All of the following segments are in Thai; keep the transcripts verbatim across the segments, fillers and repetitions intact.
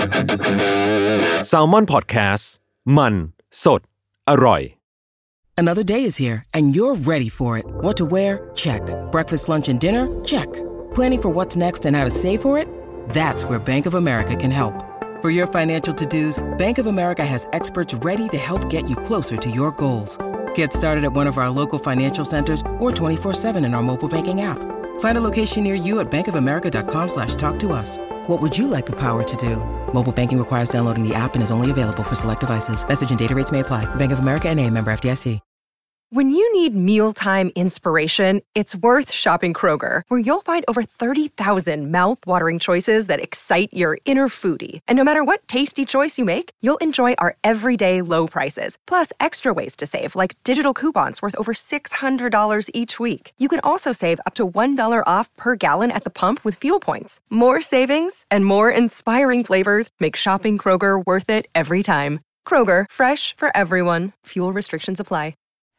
Salmon Podcast มันสดอร่อย Another day is here and you're ready for it. What to wear? Check. Breakfast, lunch and dinner? Check. Planning for what's next and how to save for it? That's where Bank of America can help. For your financial to-dos, Bank of America has experts ready to help get you closer to your goals. Get started at one of our local financial centers or twenty-four seven in our mobile banking app. Find a location near you at bankofamerica.com slash talk to us. What would you like the power to do? Mobile banking requires downloading the app and is only available for select devices. Message and data rates may apply. Bank of America N A, member F D I C. When you need mealtime inspiration, it's worth shopping Kroger, where you'll find over thirty thousand mouth-watering choices that excite your inner foodie. And no matter what tasty choice you make, you'll enjoy our everyday low prices, plus extra ways to save, like digital coupons worth over six hundred dollars each week. You can also save up to one dollar off per gallon at the pump with fuel points. More savings and more inspiring flavors make shopping Kroger worth it every time. Kroger, fresh for everyone. Fuel restrictions apply.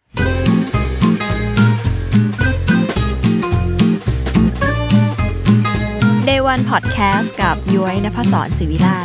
Day วัน Podcast กับย้อยณภศร ศิวิราช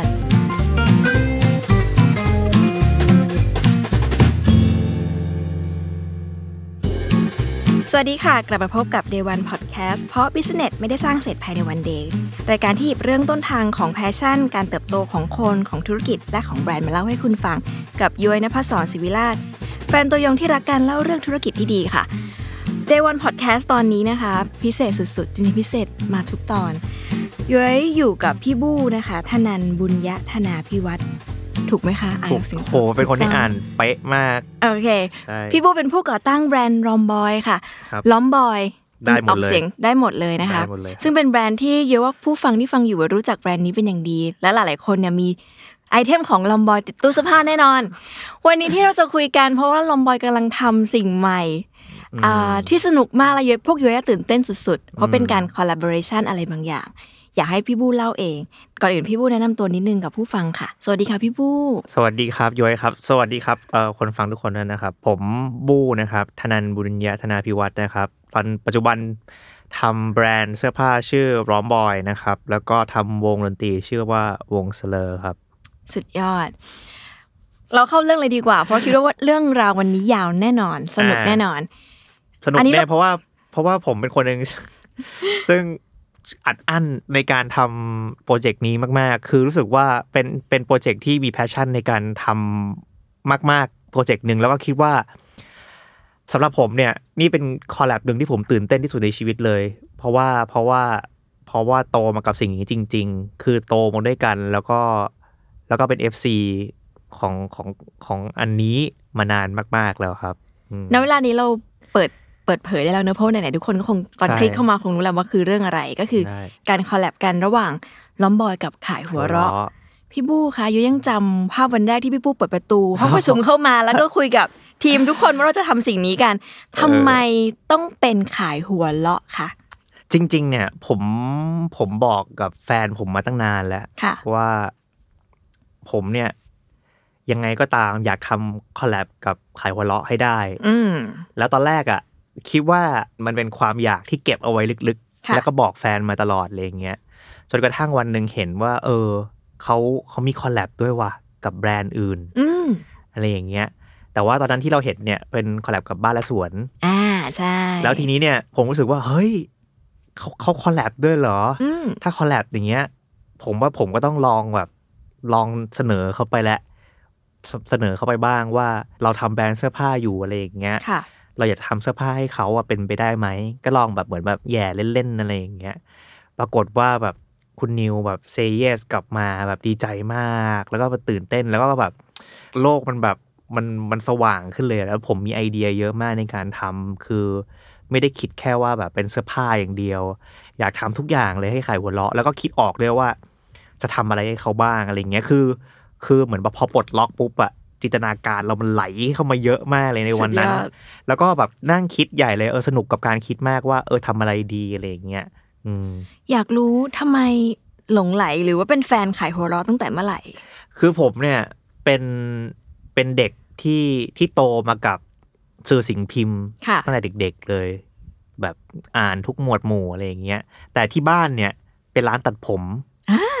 สวัสดีค่ะกลับมาพบกับ Day วัน Podcast เพราะ Business ไม่ได้สร้างเสร็จภายในวันเดย์รายการที่หยิบเรื่องต้นทางของแพชชั่นการเติบโตของคนของธุรกิจและของแบรนด์มาเล่าให้คุณฟังกับย้อยณภศร ศิวิราชแฟนตัวยงที่รักการเล่าเรื่องธุรกิจที่ดีค่ะ Day วัน Podcast ตอนนี้นะคะพิเศษสุดๆจริงๆพิเศษมาทุกตอนย้อยอยู่กับพี่บู้นะคะธนันท์บุญยธนาภิวัฒน์ถูกไหมคะอ่านเสียงโหเป็นคนที่อ่านเป๊ะมากโอเคพี่บู้เป็นผู้ก่อตั้งแบรนด์ลอมบอยค่ะลอมบอยได้หมดเลยออกเสียงได้หมดเลยนะคะซึ่งเป็นแบรนด์ที่เยอะว่าผู้ฟังที่ฟังอยู่รู้จักแบรนด์นี้เป็นอย่างดีและหลายๆคนเนี่ยมีไอเทมของลอมบอยติดตู้เสื้อผ้าแน่นอนวันนี้ที่เราจะคุยกันเพราะว่าลอมบอยกำลังทำสิ่งใหม่อ่าที่สนุกมากและย้อยพวกย้อยตื่นเต้นสุดๆเพราะเป็นการคอลลาบอเรชั่นอะไรบางอย่างอยากให้พี่บู้เล่าเองก่อนอื่นพี่บู้แนะนำตัวนิดนึงกับผู้ฟังค่ะสวัสดีค่ะพี่บู้สวัสดีครับย้อยครับสวัสดีครับเอ่อคนฟังทุกคนด้วยนะครับผมบู้นะครับธนันท์บุญยธนาภิวัฒน์นะครับตอนปัจจุบันทำแบรนด์เสื้อผ้าชื่อร้อมบอยนะครับแล้วก็ทำวงดนตรีชื่อว่าวงสเลอร์ครับสุดยอดเราเข้าเรื่องเลยดีกว่าเพราะคิดว่าเรื่องราววันนี้ยาวแน่นอนสนุกแน่นอนสนุกแน่เพราะว่าเพราะว่าผมเป็นคนนึงซึ่งอัดอั้นในการทำโปรเจกต์นี้มากๆคือรู้สึกว่าเป็นเป็นโปรเจกต์ที่มีแพชชั่นในการทำมากๆโปรเจกต์นึงแล้วก็คิดว่าสำหรับผมเนี่ยนี่เป็นคอลแลบนึงที่ผมตื่นเต้นที่สุดในชีวิตเลยเพราะว่าเพราะว่าเพราะว่าโตมากับสิ่งนี้จริงๆคือโตมาด้วยกันแล้วก็แล้วก็เป็น เอฟ ซี ของของของอันนี้มานานมากๆแล้วครับณเวลานี้เราเปิดเปิดเผยได้แล้วเนอะเพราะไหนๆทุกคนก็คงตอนคลิกเข้ามาคงรู้แล้วว่าคือเรื่องอะไรก็คือการคอลแลบกันระหว่างล้อมบอยกับขายหัวเราะพี่บู้คะยูยังจำภาพวันแรกที่พี่บู้เปิดประตูห้องประชุมเข้ามาแล้วก็คุยกับทีมทุกคนว่าเราจะทำสิ่งนี้กันทำไมต้องเป็นขายหัวเราะคะจริงๆเนี่ยผมผมบอกกับแฟนผมมาตั้งนานแล้วว่าผมเนี่ยยังไงก็ตามอยากทำคอลแลบกับขายหัวเราะให้ได้แล้วตอนแรกอ่ะคิดว่ามันเป็นความอยากที่เก็บเอาไว้ลึกๆแล้วก็บอกแฟนมาตลอดอะไรอย่างเงี้ยจนกระทั่งวันนึงเห็นว่าเออเขาเขามีคอลแลบด้วยว่ะกับแบรนด์อื่นอะไรอย่างเงี้ยแต่ว่าตอนนั้นที่เราเห็นเนี่ยเป็นคอลแลบกับบ้านและสวนอ่าใช่แล้วทีนี้เนี่ยผมรู้สึกว่าเฮ้ยเขาเขาคอลแลบด้วยเหรอถ้าคอลแลบอย่างเงี้ยผมว่าผมก็ต้องลองแบบลองเสนอเขาไปแล้วเสนอเข้าไปบ้างว่าเราทำแบรนด์เสื้อผ้าอยู่อะไรอย่างเงี้ยเราอยากทำเสื้อผ้าให้เขาอ่ะเป็นไปได้ไหมก็ลองแบบเหมือนแบบแย่เล่นๆอะไรอย่างเงี้ยปรากฏว่าแบบคุณนิวแบบเซย์เยสกลับมาแบบดีใจมากแล้วก็ตื่นเต้นแล้วก็แบบโลกมันแบบมันมันสว่างขึ้นเลยแล้วผมมีไอเดียเยอะมากในการทำคือไม่ได้คิดแค่ว่าแบบเป็นเสื้อผ้าอย่างเดียวอยากทำทุกอย่างเลยให้ขายหัวเราะแล้วก็คิดออกด้วยว่าจะทำอะไรให้เขาบ้างอะไรอย่างเงี้ยคือคือเหมือนพอปลดล็อกปุ๊บอะจินตนาการเรามันไหลเข้ามาเยอะมากเลยในวันนั้นแล้วก็แบบนั่งคิดใหญ่เลยเออสนุกกับการคิดมากว่าเออทำอะไรดีอะไรอย่างเงี้ยอืมอยากรู้ทำไมหลงไหลหรือว่าเป็นแฟนขายหัวเราะตั้งแต่เมื่อไหร่คือผมเนี่ยเป็นเป็นเด็กที่ที่โตมากับสื่อสิ่งพิมพ์ตั้งแต่เด็กๆเลยแบบอ่านทุกหมวดหมู่อะไรอย่างเงี้ยแต่ที่บ้านเนี่ยเป็นร้านตัดผม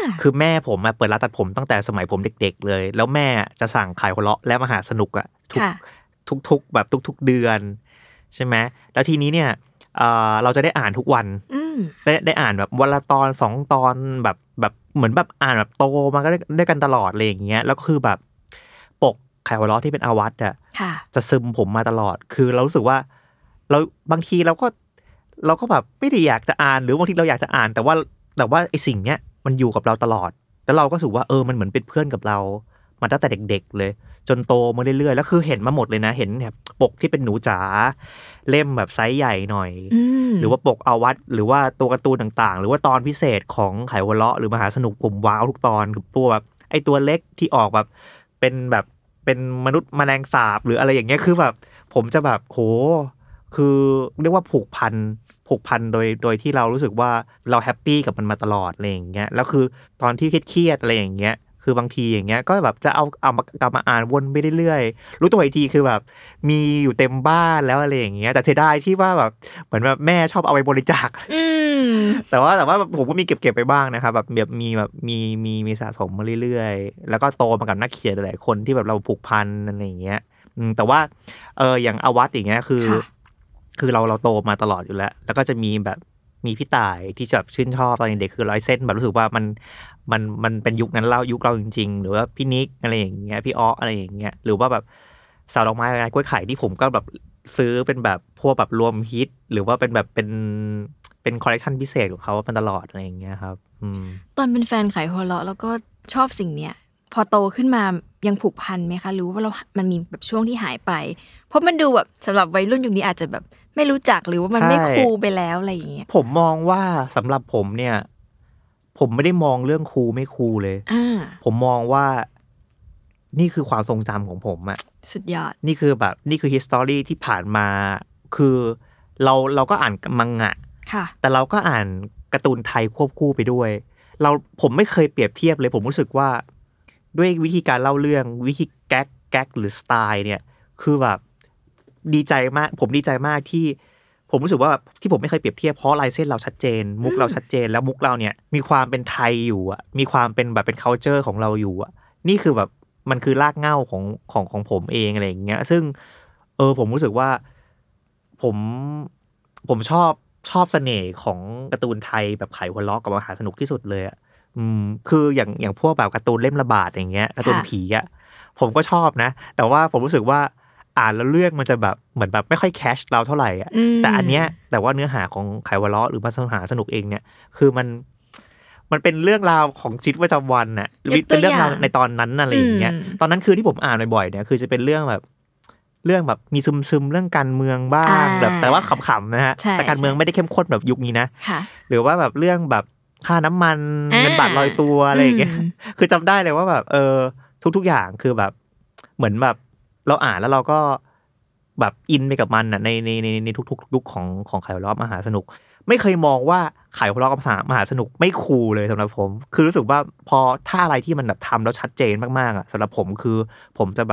คือแม่ผมมาเปิดร้านตัดผมตั้งแต่สมัยผมเด็กๆเลยแล้วแม่จะสั่งขายหัวเราะและมหาสนุกอะทุกทุกๆแบบทุกๆเดือนใช่ไหมแล้วทีนี้เนี่ยเอ่อเราจะได้อ่านทุกวันได้ได้อ่านแบบวันละตอนสองตอนแบบแบบเหมือนแบบอ่านแบบโตมาก็ได้ได้กันตลอดเลยอย่างเงี้ยแล้วก็คือแบบปกขายหัวเราะที่เป็นอาวัตอะจะซึมผมมาตลอดคือเรารู้สึกว่าเราบางทีเราก็เราก็แบบไม่ได้อยากจะอ่านหรือบางทีเราอยากจะอ่านแต่ว่าแต่ว่าไอ้สิ่งเนี้ยมันอยู่กับเราตลอดแล้วเราก็รู้สึกว่าเออมันเหมือนเป็นเพื่อนกับเรามาตั้งแต่เด็กๆเลยจนโตมาเรื่อยๆแล้วคือเห็นมาหมดเลยนะเห็นแบบปกที่เป็นหนูจ๋าเล่มแบบไซส์ใหญ่หน่อยหรือว่าปกอาวัตหรือว่าตัวการ์ตูนต่างๆหรือว่าตอนพิเศษของไขหัวเราะหรือมหาสนุกผมว้าวทุกตอนคือตัวแบบไอ้ตัวเล็กที่ออกแบบเป็นแบบเป็นมนุษย์แมลงสาบหรืออะไรอย่างเงี้ยคือแบบผมจะแบบโหคือเรียกว่าผูกพันผูกพันโดยโดยที่เรารู้สึกว่าเราแฮปปี้กับมันมาตลอดอะไรอย่างเงี้ยแล้วคือตอนที่เครียดๆอะไรอย่างเงี้ยคือบางทีอย่างเงี้ยก็แบบจะเอาเอามากลับมาอ่านวนไปเรื่อยๆรู้ตัวอีกทีคือแบบมีอยู่เต็มบ้านแล้วอะไรอย่างเงี้ยแต่เสียดายที่ว่าแบบเหมือนแบบแม่ชอบเอาไปบริจาคแต่ว่าแต่ว่าผมก็มีเก็บๆไปบ้างนะครับแบบแบบมีแบบมีมีมีสะสมมาเรื่อยๆแล้วก็โตมากับนักเขียนหลายคนที่แบบเราผูกพันอะไรอย่างเงี้ยแต่ว่าเอออย่างอาวัตอย่างเงี้ยคือคือเราเราโตมาตลอดอยู่แล้วแล้วก็จะมีแบบมีพี่ต่ายที่แบบชื่นชอบตอนเด็กคือร้อยเส้นแบบรู้สึกว่ามันมันมันเป็นยุคนั้นเล่ายุคเราจริงๆหรือว่าพี่นิกอะไรอย่างเงี้ยพี่อ้ออะไรอย่างเงี้ยหรือว่าแบบสาวดอกไม้อะไรกล้วยไข่ที่ผมก็แบบซื้อเป็นแบบพวกแบบรวมฮิตหรือว่าเป็นแบบเป็นเป็นคอลเลคชันพิเศษของเขาเป็นตลอดอะไรอย่างเงี้ยครับตอนเป็นแฟนขายหัวเราะแล้วก็ชอบสิ่งเนี้ยพอโตขึ้นมายังผูกพันไหมคะรู้ว่าเรามันมีแบบช่วงที่หายไปเพราะมันดูแบบสำหรับวัยรุ่นยุคนี้อาจจะแบบไม่รู้จักหรือว่ามันไม่คูลไปแล้วอะไรอย่างเงี้ยผมมองว่าสำหรับผมเนี่ยผมไม่ได้มองเรื่องคูลไม่คูลเลยผมมองว่านี่คือความทรงจำของผมอะสุดยอดนี่คือแบบนี่คือ history ที่ผ่านมาคือเราเราก็อ่านมังงะแต่เราก็อ่านการ์ตูนไทยควบคู่ไปด้วยเราผมไม่เคยเปรียบเทียบเลยผมรู้สึกว่าด้วยวิธีการเล่าเรื่องวิธีแก๊กแก๊กหรือสไตล์เนี่ยคือแบบดีใจมากผมดีใจมากที่ผมรู้สึกว่าที่ผมไม่เคยเปรียบเทียบเพราะลายเส้นเราชัดเจนมุกเราชัดเจนแล้วมุกเราเนี่ยมีความเป็นไทยอยู่อ่ะมีความเป็นแบบเป็น culture ของเราอยู่อ่ะนี่คือแบบมันคือรากเหง้าของของของผมเองอะไรอย่างเงี้ยซึ่งเออผมรู้สึกว่าผมผมชอบชอบเสน่ห์ของการ์ตูนไทยแบบไขหัวเราะกับมหาสนุกที่สุดเลยอ่ะอืมคืออย่างอย่างพวกแบบการ์ตูนเล่มระบาดอย่างเงี้ยการ์ตูนผีอ่ะผมก็ชอบนะแต่ว่าผมรู้สึกว่าอ่านแล้วเรื่องมันจะแบบเหมือนแบบไม่ค่อยแคชเราเท่าไหร่อ่ะแต่อันเนี้ยแต่ว่าเนื้อหาของไขหัวเราะหรือมหาสนุกเองเนี่ยคือมันมันเป็นเรื่องราวของชีวิตประจำวันน่ะเป็นเรื่องราวในตอนนั้นอะไรอย่างเงี้ยตอนนั้นคือที่ผมอ่านบ่อยๆเนี่ยคือจะเป็นเรื่องแบบเรื่องแบบมีซึมๆเรื่องการเมืองบ้างแบบแต่ว่าขำๆนะฮะแต่การเมืองไม่ได้เข้มข้นแบบยุคนี้นะหรือว่าแบบเรื่องแบบค่าน้ำมันเงินบาทลอยตัวอะไรอย่างเงี้ยคือจำได้เลยว่าแบบเออทุกๆอย่างคือแบบเหมือนแบบเราอ่านแล้วเราก็แบบอินไปกับมันน่ะในในในในทุกๆยุคของของไขหัวเราะมหาสนุกไม่เคยมองว่าไขหัวเราะกับมหาสนุกไม่คูลเลยสำหรับผมคือรู้สึกว่าพอถ้าอะไรที่มันแบบทำแล้วชัดเจนมากๆอ่ะสำหรับผมคือผมจะแบบ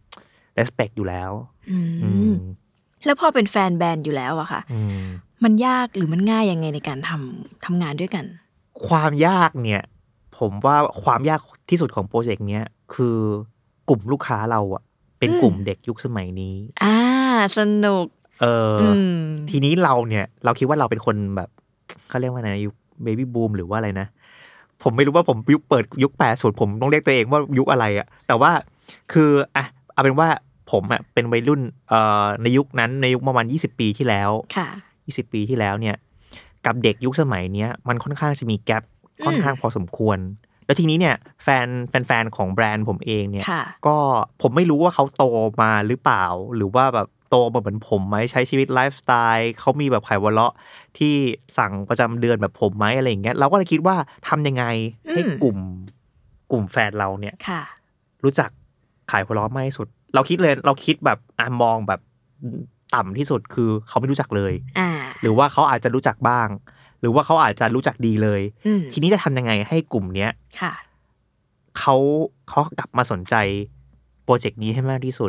respect อยู่แล้วแล้วพอเป็นแฟนแบรนด์อยู่แล้วอะค่ะมันยากหรือมันง่ายยังไงในการทำทำงานด้วยกันความยากเนี่ยผมว่าความยากที่สุดของโปรเจกต์เนี้ยคือกลุ่มลูกค้าเราอะเป็นกลุ่มเด็กยุคสมัยนี้อ่าสนุกเออทีนี้เราเนี่ยเราคิดว่าเราเป็นคนแบบเขาเรียกว่าไงยุคเบบี้บูมหรือว่าอะไรนะผมไม่รู้ว่าผมยุคเปิดยุคแปดสิบผมต้องเรียกตัวเองว่ายุคอะไรอะแต่ว่าคืออ่ะเอาเป็นว่าผมอะเป็นวัยรุ่นเอ่อในยุคนั้นในยุคประมาณยี่สิบปีที่แล้วค่ะยี่สิบปีที่แล้วเนี่ยกับเด็กยุคสมัยเนี้ยมันค่อนข้างจะมีแกปค่อนข้างพอสมควรแล้วทีนี้เนี่ยแฟนแฟนๆของแบรนด์ผมเองเนี่ยก็ผมไม่รู้ว่าเขาโตมาหรือเปล่าหรือว่าแบบโตมาเหมือนผมไหมใช้ชีวิตไลฟ์สไตล์เขามีแบบไขหัวเราะที่สั่งประจำเดือนแบบผมไหมอะไรอย่างเงี้ยเราก็เลยคิดว่าทำยังไงให้กลุ่มกลุ่มแฟนเราเนี่ยรู้จักไขหัวเราะมากที่สุดเราคิดเลยเราคิดแบบอ่ะมองแบบต่ำที่สุดคือเขาไม่รู้จักเลยหรือว่าเขาอาจจะรู้จักบ้างหรือว่าเขาอาจจะรู้จักดีเลยทีนี้จะทำยังไงให้กลุ่มเนี้ยเขาเขากลับมาสนใจโปรเจกต์นี้ให้มากที่สุด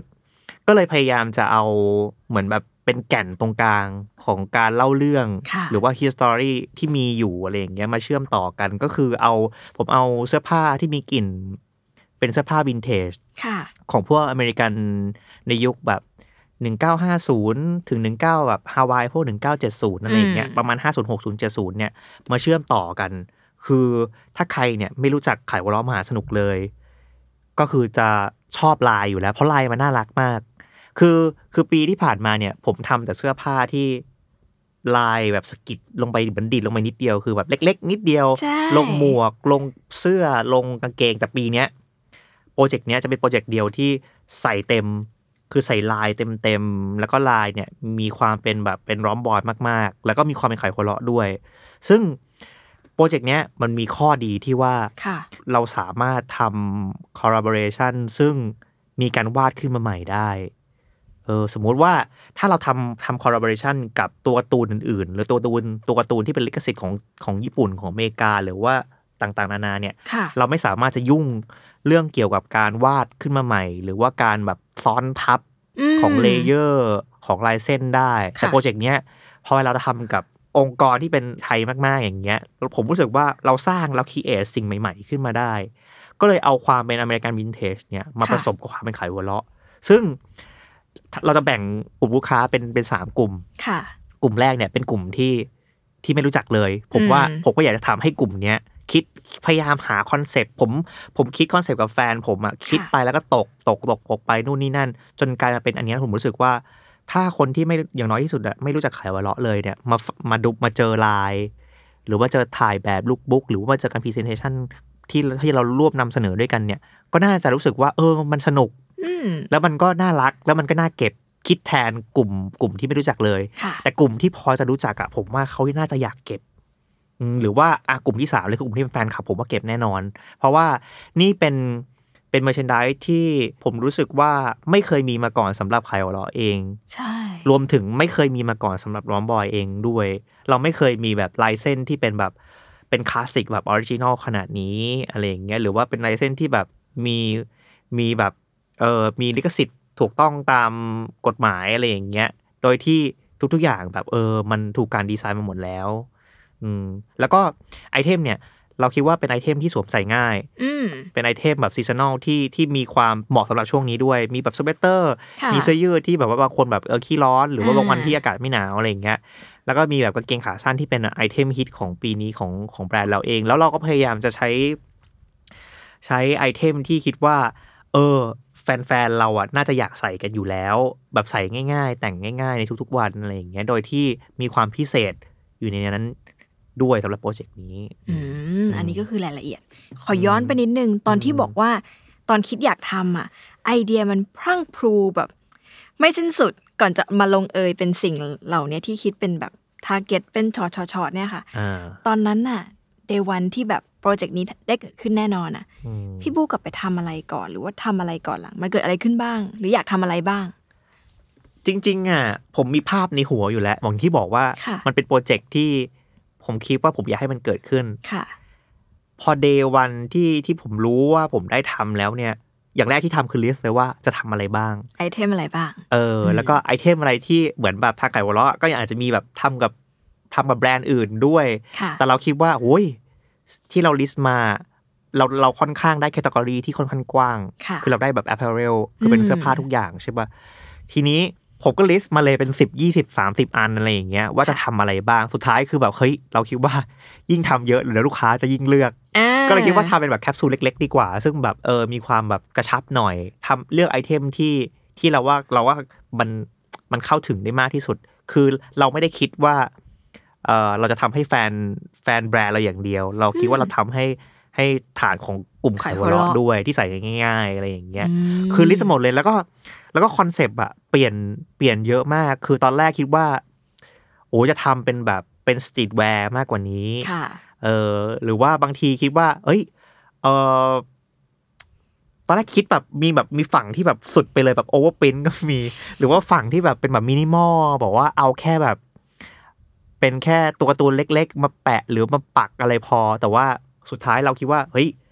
ก็เลยพยายามจะเอาเหมือนแบบเป็นแก่นตรงกลางของการเล่าเรื่องหรือว่า history ที่มีอยู่อะไรอย่างเงี้ยมาเชื่อมต่อกันก็คือเอาผมเอาเสื้อผ้าที่มีกลิ่นเป็นเสื้อผ้าวินเทจของพวกอเมริกันในยุคแบบหนึ่งเก้าห้าศูนย์ถึงสิบเก้าแบบฮาวายพวกหนึ่งเก้าเจ็ดศูนย์อะไรอย่างเงี้ยประมาณห้าศูนย์ หกศูนย์ เจ็ดศูนย์เนี่ยมาเชื่อมต่อกันคือถ้าใครเนี่ยไม่รู้จักไขว่หัวเราะมหาสนุกเลยก็คือจะชอบลายอยู่แล้วเพราะลายมันน่ารักมากคือคือปีที่ผ่านมาเนี่ยผมทำแต่เสื้อผ้าที่ลายแบบสกิดลงไปบันดิดลงไปนิดเดียวคือแบบเล็กๆนิดเดียวลงหมวกลงเสื้อลงกางเกงแต่ปีเนี้ยโปรเจกต์เนี้ยจะเป็นโปรเจกต์เดียวที่ใส่เต็มคือใส่ลายเต็มๆแล้วก็ลายเนี่ยมีความเป็นแบบเป็นร้อมบอยมากๆแล้วก็มีความเป็นไขหัวเราะด้วยซึ่งโปรเจกต์เนี้ยมันมีข้อดีที่ว่าเราสามารถทำ collaboration ซึ่งมีการวาดขึ้นมาใหม่ได้เออสมมุติว่าถ้าเราทำทำ collaboration กับตัวการ์ตูนอื่นๆหรือตัวการ์ตูนตัวการ์ตูนที่เป็นลิขสิทธิ์ของของญี่ปุ่นของอเมริกาหรือว่าต่างๆนานาเนี่ยเราไม่สามารถจะยุ่งเรื่องเกี่ยวกับการวาดขึ้นมาใหม่หรือว่าการแบบซ้อนทับของเลเยอร์ของลายเส้นได้แต่โปรเจกต์เนี้ยพอเราทำกับองค์กรที่เป็นไทยมากๆอย่างเงี้ยผมรู้สึกว่าเราสร้างเราครีเอทสิ่งใหม่ๆขึ้นมาได้ก็เลยเอาความเป็นอเมริกันวินเทจเนี่ยมาผสมกับความเป็นไขหัวเราะซึ่งเราจะแบ่งกลุ่มลูกค้าเป็นเป็นสามกลุ่มกลุ่มแรกเนี่ยเป็นกลุ่มที่ที่ไม่รู้จักเลยผมว่าผมก็อยากจะทำให้กลุ่มเนี้ยคิดพยายามหาคอนเซปต์ผมผมคิดคอนเซปต์กับแฟนผมอะคิดไปแล้วก็ตกตกตกตกไปนู่นนี่นั่นจนกลายมาเป็นอันนี้ผมรู้สึกว่าถ้าคนที่ไม่อย่างน้อยที่สุดอะไม่รู้จักไขหัวเราะเลยเนี่ยมามาดูมาเจอลายหรือว่าเจอถ่ายแบบลุคบุ๊กหรือว่าเจอการพรีเซนเทชันที่ที่เรารวบนำเสนอด้วยกันเนี่ยก็น่าจะรู้สึกว่าเออมันสนุกแล้วมันก็น่ารักแล้วมันก็น่าเก็บคิดแทนกลุ่มกลุ่มที่ไม่รู้จักเลยแต่กลุ่มที่พอจะรู้จักอะผมว่าเขาน่าจะอยากเก็บหรือว่าอ่ะกลุ่มที่สามเลยคือกลุ่มที่เป็นแฟนคลับผมว่าเก็บแน่นอนเพราะว่านี่เป็นเป็นเมอร์แชนไดส์ที่ผมรู้สึกว่าไม่เคยมีมาก่อนสำหรับไขหัวเราะเองใช่รวมถึงไม่เคยมีมาก่อนสำหรับร้อมบอยเองด้วยเราไม่เคยมีแบบลายเส้นที่เป็นแบบเป็นคลาสสิกแบบออริจินอลขนาดนี้อะไรอย่างเงี้ยหรือว่าเป็นลายเส้นที่แบบมีมีแบบเออมีลิขสิทธิ์ถูกต้องตามกฎหมายอะไรอย่างเงี้ยโดยที่ทุกๆอย่างแบบเออมันถูกการดีไซน์มาหมดแล้วอืมแล้วก็ไอเทมเนี่ยเราคิดว่าเป็นไอเทมที่สวมใส่ง่ายเป็นไอเทมแบบซีซันนอลที่ที่มีความเหมาะสำหรับช่วงนี้ด้วยมีแบบสเวตเตอร์มีเสื้อยืดที่แบบว่าบางคนแบบเออขี้ร้อนหรือว่าบางวันที่อากาศไม่หนาวอะไรอย่างเงี้ยแล้วก็มีแบบกางเกงขาสั้นที่เป็นไอเทมฮิตของปีนี้ของของแบรนด์เราเองแล้วเราก็พยายามจะใช้ใช้ไอเทมที่คิดว่าเออแฟนๆเราอ่ะน่าจะอยากใส่กันอยู่แล้วแบบใส่ง่ายๆแต่งง่ายๆในทุกๆวันอะไรอย่างเงี้ยโดยที่มีความพิเศษอยู่ในนั้นด้วยสำหรับโปรเจกต์นี้อืมอันนี้ก็คือรายละเอียดขอย้อนไปนิดนึงตอนที่บอกว่าตอนคิดอยากทำอ่ะไอเดียมันพรั่งพรูแบบไม่สิ้นสุดก่อนจะมาลงเอยเป็นสิ่งเหล่านี้ที่คิดเป็นแบบทาร์เก็ตเป็นช็อตๆๆเนี่ยค่ะตอนนั้นน่ะเดย์วันที่แบบโปรเจกต์นี้ได้เกิดขึ้นแน่นอนอ่ะพี่บู๊กลับไปทำอะไรก่อนหรือว่าทำอะไรก่อนหลังมันเกิดอะไรขึ้นบ้างหรืออยากทำอะไรบ้างจริงๆอ่ะผมมีภาพในหัวอยู่แล้วอย่างที่บอกว่ามันเป็นโปรเจกต์ที่ผมคิดว่าผมอยากให้มันเกิดขึ้นค่ะพอเดย์วันที่ที่ผมรู้ว่าผมได้ทำแล้วเนี่ยอย่างแรกที่ทำคือลิสต์เลยว่าจะทำอะไรบ้างไอเทมอะไรบ้างเออแล้วก็ไอเทมอะไรที่เหมือนแบบทางไก่หัวเราะก็อาจจะมีแบบทำกับทำกับแบรนด์อื่นด้วยแต่เราคิดว่าโอ้ยที่เราลิสต์มาเราเราค่อนข้างได้แคตตากรีที่ค่อนข้างกว้างคือเราได้แบบ apparel คือเป็นเสื้อผ้าทุกอย่างใช่ป่ะทีนี้ผมก็ลิสต์มาเลยเป็นสิบ ยี่สิบ สามสิบอันอะไรอย่างเงี้ยว่าจะทำอะไรบ้างสุดท้ายคือแบบเฮ้ยเราคิดว่ายิ่งทำเยอะเดี๋ยวลูกค้าจะยิ่งเลือกก็เลยคิดว่าทำเป็นแบบแคปซูลเล็กๆดีกว่าซึ่งแบบเออมีความแบบกระชับหน่อยทำเลือกไอเทมที่ที่เราว่าเราว่ามันมันเข้าถึงได้มากที่สุดคือเราไม่ได้คิดว่าเออเราจะทำให้แฟนแฟนแบรนด์เราอย่างเดียวเราคิดว่าเราทำให้ให้ฐานของกลุ่มไขหัวเราะด้วยที่ใส่ง่ายๆอะไรอย่างเงี้ยคือลิสต์หมดเลยแล้วก็แล้วก็คอนเซปต์อะเปลี่ยนเปลี่ยนเยอะมากคือตอนแรกคิดว่าโอ้จะทำเป็นแบบเป็นสตรีทแวร์มากกว่านี้เออหรือว่าบางทีคิดว่าเอ้ยเออตอนแรกคิดแบบมีแบบมีฝั่งที่แบบสุดไปเลยแบบโอเวอร์ปรินท์ก็มีหรือว่าฝั่งที่แบบเป็นแบบมินิมอลบอกว่าเอาแค่แบบเป็นแค่ตัวการ์ตูนเล็กๆมาแปะหรือมาปักอะไรพอแต่ว่าสุดท้ายเราคิดว่าเฮ้ย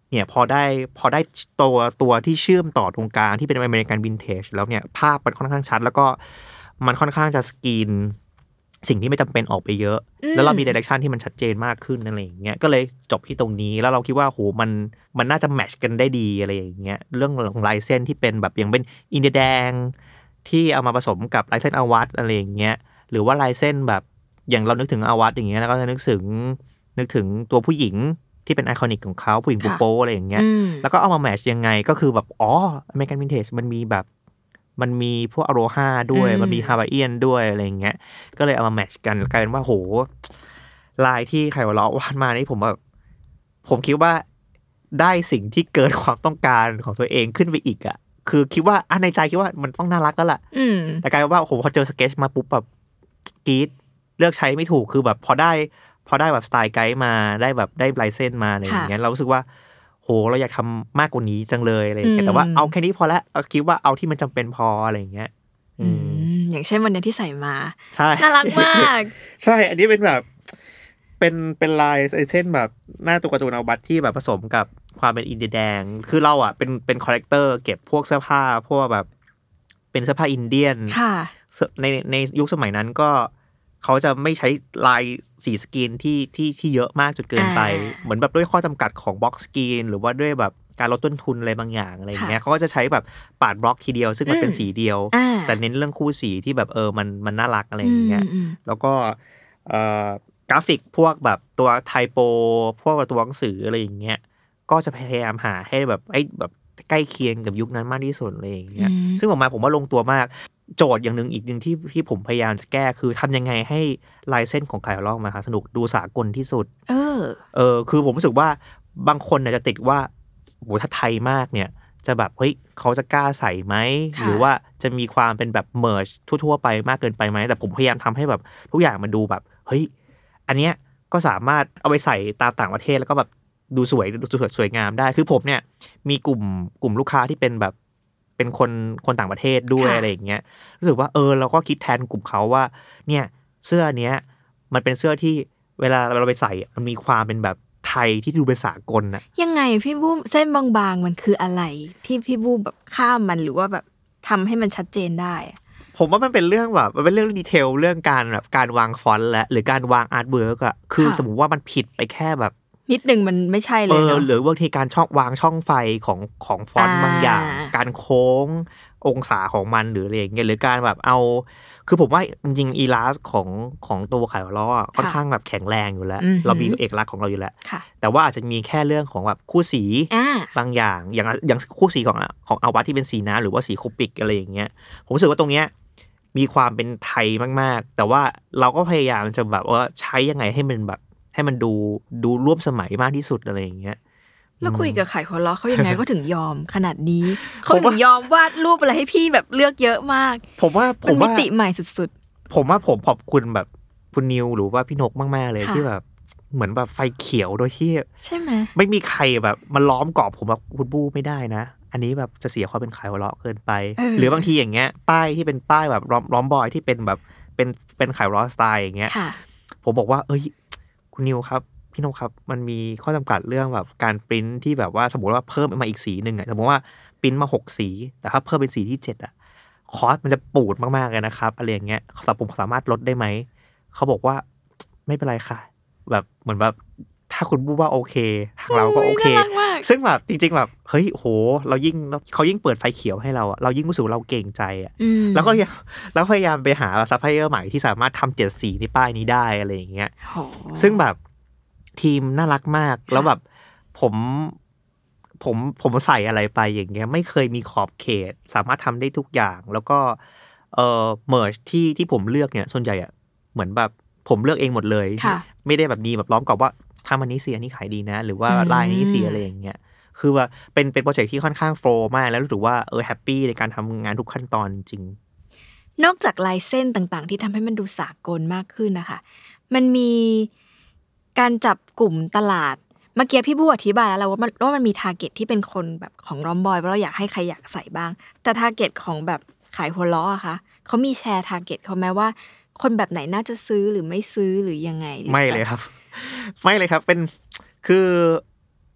เนี่ยพอได้พอได้ตัวตัวที่เชื่อมต่อตรงกลางที่เป็นอเมริกันวินเทจแล้วเนี่ยภาพมันค่อนข้างชัดแล้วก็มันค่อนข้างจะสกรีนสิ่งที่ไม่จำเป็นออกไปเยอะแล้วเรามี direction ที่มันชัดเจนมากขึ้นอะไรอย่างเงี้ยก็เลยจบที่ตรงนี้แล้วเราคิดว่าโหมันมันน่าจะแมทช์กันได้ดีอะไรอย่างเงี้ยเรื่องของลายเส้นที่เป็นแบบอย่างเป็นอินเดียแดงที่เอามาผสมกับลายเส้นอาวัตอะไรอย่างเงี้ยหรือว่าลายเส้นแบบอย่างเรานึกถึงอาวัตอย่างเงี้ยแล้วก็จะนึกถึงนึกถึงตัวผู้หญิงที่เป็นไอคอนิกของเขาผู้หญิงโป๊อะไรอย่างเงี้ยแล้วก็เอามาแมทช์ยังไงก็คือแบบอ๋ออเมริกันวินเทจมันมีแบบมันมีพวกอโรฮาด้วยมันมีฮาวายเอียนด้วยอะไรอย่างเงี้ยก็เลยเอามาแมทช์กันกลายเป็นว่าโหลายที่ไขวะล้อวาดมานี่ผมแบบผมคิดว่าได้สิ่งที่เกินความต้องการของตัวเองขึ้นไปอีกอ่ะคือคิดว่าอันในใจคิดว่ามันต้องน่ารักแล้วล่ะแต่กลายเป็นว่าโหพอเจอสเก็ตช์มาปุ๊บแบบกรี๊ดเลือกใช้ไม่ถูกคือแบบพอได้พอได้แบบสไตล์ไกด์มาได้แบบได้ลายเส้นมาอะไรอย่างเงี้ยเรารู้สึกว่าโหเราอยากทำมากกว่านี้จังเลยอะไรอย่างเงี้ยแต่ว่าเอาแค่นี้พอแล้วคิดว่าเอาที่มันจำเป็นพออะไรอย่างเงี้ยอย่างเช่นวันนี้ที่ใส่มาใช่น่ารักมากใช่อันนี้เป็นแบบเป็นเป็นลายเส้นแบบหน้าตัวการ์ตูนเอาบัตที่แบบผสมกับความเป็นอินเดียแดงคือเราอ่ะเป็นเป็นคอลเลกเตอร์เก็บพวกเสื้อผ้าพวกแบบเป็นเสื้อผ้าอินเดียนในในยุคสมัยนั้นก็เขาจะไม่ใช้ลายสีสกรีนที่ที่ที่เยอะมากจนเกินไปเหมือนแบบด้วยข้อจำกัดของบล็อกสกรีนหรือว่าด้วยแบบการลดต้นทุนอะไรบางอย่างอะไรอย่างเงี้ยเขาก็จะใช้แบบปาดบล็อกทีเดียวซึ่งมันเป็นสีเดียวแต่เน้นเรื่องคู่สีที่แบบเออมันมันน่ารักอะไรอย่างเงี้ยแล้วก็เอ่อกราฟิกพวกแบบตัวไทโปพวกตัวหนังสืออะไรอย่างเงี้ยก็จะพยายามหาให้แบบไอ้แบบใกล้เคียงกับยุคนั้นมากที่สุดอะไรอย่างเงี้ยซึ่งออกมาผมว่าลงตัวมากโจทย์อย่างนึงอีกนึงที่ที่ผมพยายามจะแก้คือทำยังไงให้ลายเส้นของไคลอมาสนุกดูสากลที่สุดเออเออคือผมรู้สึกว่าบางคนเนี่ยจะติดว่าโหถ้าไทยมากเนี่ยจะแบบเฮ้ยเขาจะกล้าใส่ไหมหรือว่าจะมีความเป็นแบบเมิร์จทั่วๆไปมากเกินไปไหมแต่ผมพยายามทำให้แบบทุกอย่างมันดูแบบเฮ้ยอันเนี้ยก็สามารถเอาไปใส่ตามต่างประเทศแล้วก็แบบดูสวยดูสวยสวยงามได้คือผมเนี่ยมีกลุ่มกลุ่มลูกค้าที่เป็นแบบเป็นคนคนต่างประเทศด้วยอะไรอย่างเงี้ยรู้สึกว่าเออเราก็คิดแทนกลุ่มเขาว่าเนี่ยเสื้อเนี้ยมันเป็นเสื้อที่เวลาเราไปใส่มันมีความเป็นแบบไทยที่ดูเป็นสากลน่ะยังไงพี่บู้เส้นบางๆมันคืออะไรที่พี่บู้แบบข้ามมันหรือว่าแบบทำให้มันชัดเจนได้ผมว่ามันเป็นเรื่องแบบมันเป็นเรื่องดีเทลเรื่องการแบบการวางฟอนต์และหรือการวางอาร์ตเวิร์กอ่ะคือสมมุติว่ามันผิดไปแค่แบบนิดนึงมันไม่ใช่เลยเนาะหรือบางทีการช่องวางช่องไฟของของฟอนต์บางอย่างการโค้งองศาของมันหรืออะไรอย่างเงี้ยหรือการแบบเอาคือผมว่าจริงๆอีลาสของของตัวไขว่ล้อค่อนข้างแบบแข็งแรงอยู่แล้วเรามีเอกลักษณ์ของเราอยู่แล้วแต่ว่าอาจจะมีแค่เรื่องของแบบคู่สีบางอย่างอย่างอย่างคู่สีของของอาวัตที่เป็นสีน้ำหรือว่าสีโคปิกอะไรอย่างเงี้ยผมรู้สึกว่าตรงเนี้ยมีความเป็นไทยมากๆแต่ว่าเราก็พยายามจะแบบว่าใช้ยังไงให้มันแบบให้มันดูดูร่วมสมัยมากที่สุดอะไรอย่างเงี้ยแล้วคุยกับไข่หัวเราะเขายังไงก็ถึงยอมขนาดนี้เขาถึงยอมวาดรูปอะไรให้พี่แบบเลือกเยอะมากผมว่าผมว่ามิติใหม่สุดๆผมว่าผมขอบคุณแบบคุณนิวหรือว่าพี่นกมากๆเลยที่แบบเหมือนแบบไฟเขียวโดยที่ใช่ไหมไม่มีใครแบบมาล้อมกรอบผมแบบคุณบู้ไม่ได้นะอันนี้แบบจะเสียความเป็นไข่หัวเราะเกินไปหรือบางทีอย่างเงี้ยป้ายที่เป็นป้ายแบบล้อมล้อมบอยที่เป็นแบบเป็นเป็นไข่หัวเราะสไตล์อย่างเงี้ยผมบอกว่าเอ้ยคุณนิวครับพี่นกครับมันมีข้อจำกัดเรื่องแบบการปริ้นที่แบบว่าสมมติว่าเพิ่มมาอีกสีนึงอ่ะสมมติว่าปริ้นมาหกสีแต่ถ้าเพิ่มเป็นสีที่เจ็ดอ่ะคอสมันจะปูดมากๆเลยนะครับอะไรอย่างเงี้ยแต่ผมสามารถลดได้ไหมเขาบอกว่าไม่เป็นไรค่ะแบบเหมือนแบบถ้าคุณบู้ว่าโอเคทางเราก็โอเคซึ่งแบบจริงๆแบบเฮ้ยโหเรายิ่งเขายิ่งเปิดไฟเขียวให้เราอ่ะเรายิ่งรู้สึกเราเก่งใจอ่ะแล้วก็แล้วพยายามไปหาซัพพลายเออร์ใหม่ที่สามารถทำเจ็ดสีในป้ายนี้ได้อะไรอย่างเงี้ยซึ่งแบบทีมน่ารักมากแล้วแบบผมผมผมใส่อะไรไปอย่างเงี้ยไม่เคยมีขอบเขตสามารถทำได้ทุกอย่างแล้วก็เอ่อเมิร์จที่ที่ผมเลือกเนี่ยส่วนใหญ่อ่ะเหมือนแบบผมเลือกเองหมดเลยไม่ได้แบบมีแบบล้อมกรอบว่าทำอันนี้สีอันนี้ขายดีนะหรือว่าลายนี้สีอะไรอย่างเงี้ยคือว่าเป็นเป็นโปรเจกต์ที่ค่อนข้างโฟล์มากแล้วรู้สึกว่าเออแฮปปี้ในการทำงานทุกขั้นตอนจริงนอกจากลายเส้นต่างๆที่ทำให้มันดูสากลมากขึ้นนะคะมันมีการจับกลุ่มตลาดเมื่อกี้พี่บู้อธิบายแล้วว่ามันว่ามันมีทาร์เก็ตที่เป็นคนแบบของรอมบอยว่าเราอยากให้ใครอยากใส่บ้างแต่ทาร์เก็ตของแบบขายหัวล้ออะคะเขามีแชร์ทาร์เก็ตเขาแม้ว่าคนแบบไหนน่าจะซื้อหรือไม่ซื้อหรือยังไงไม่เลยครับไม่เลยครับเป็นคือ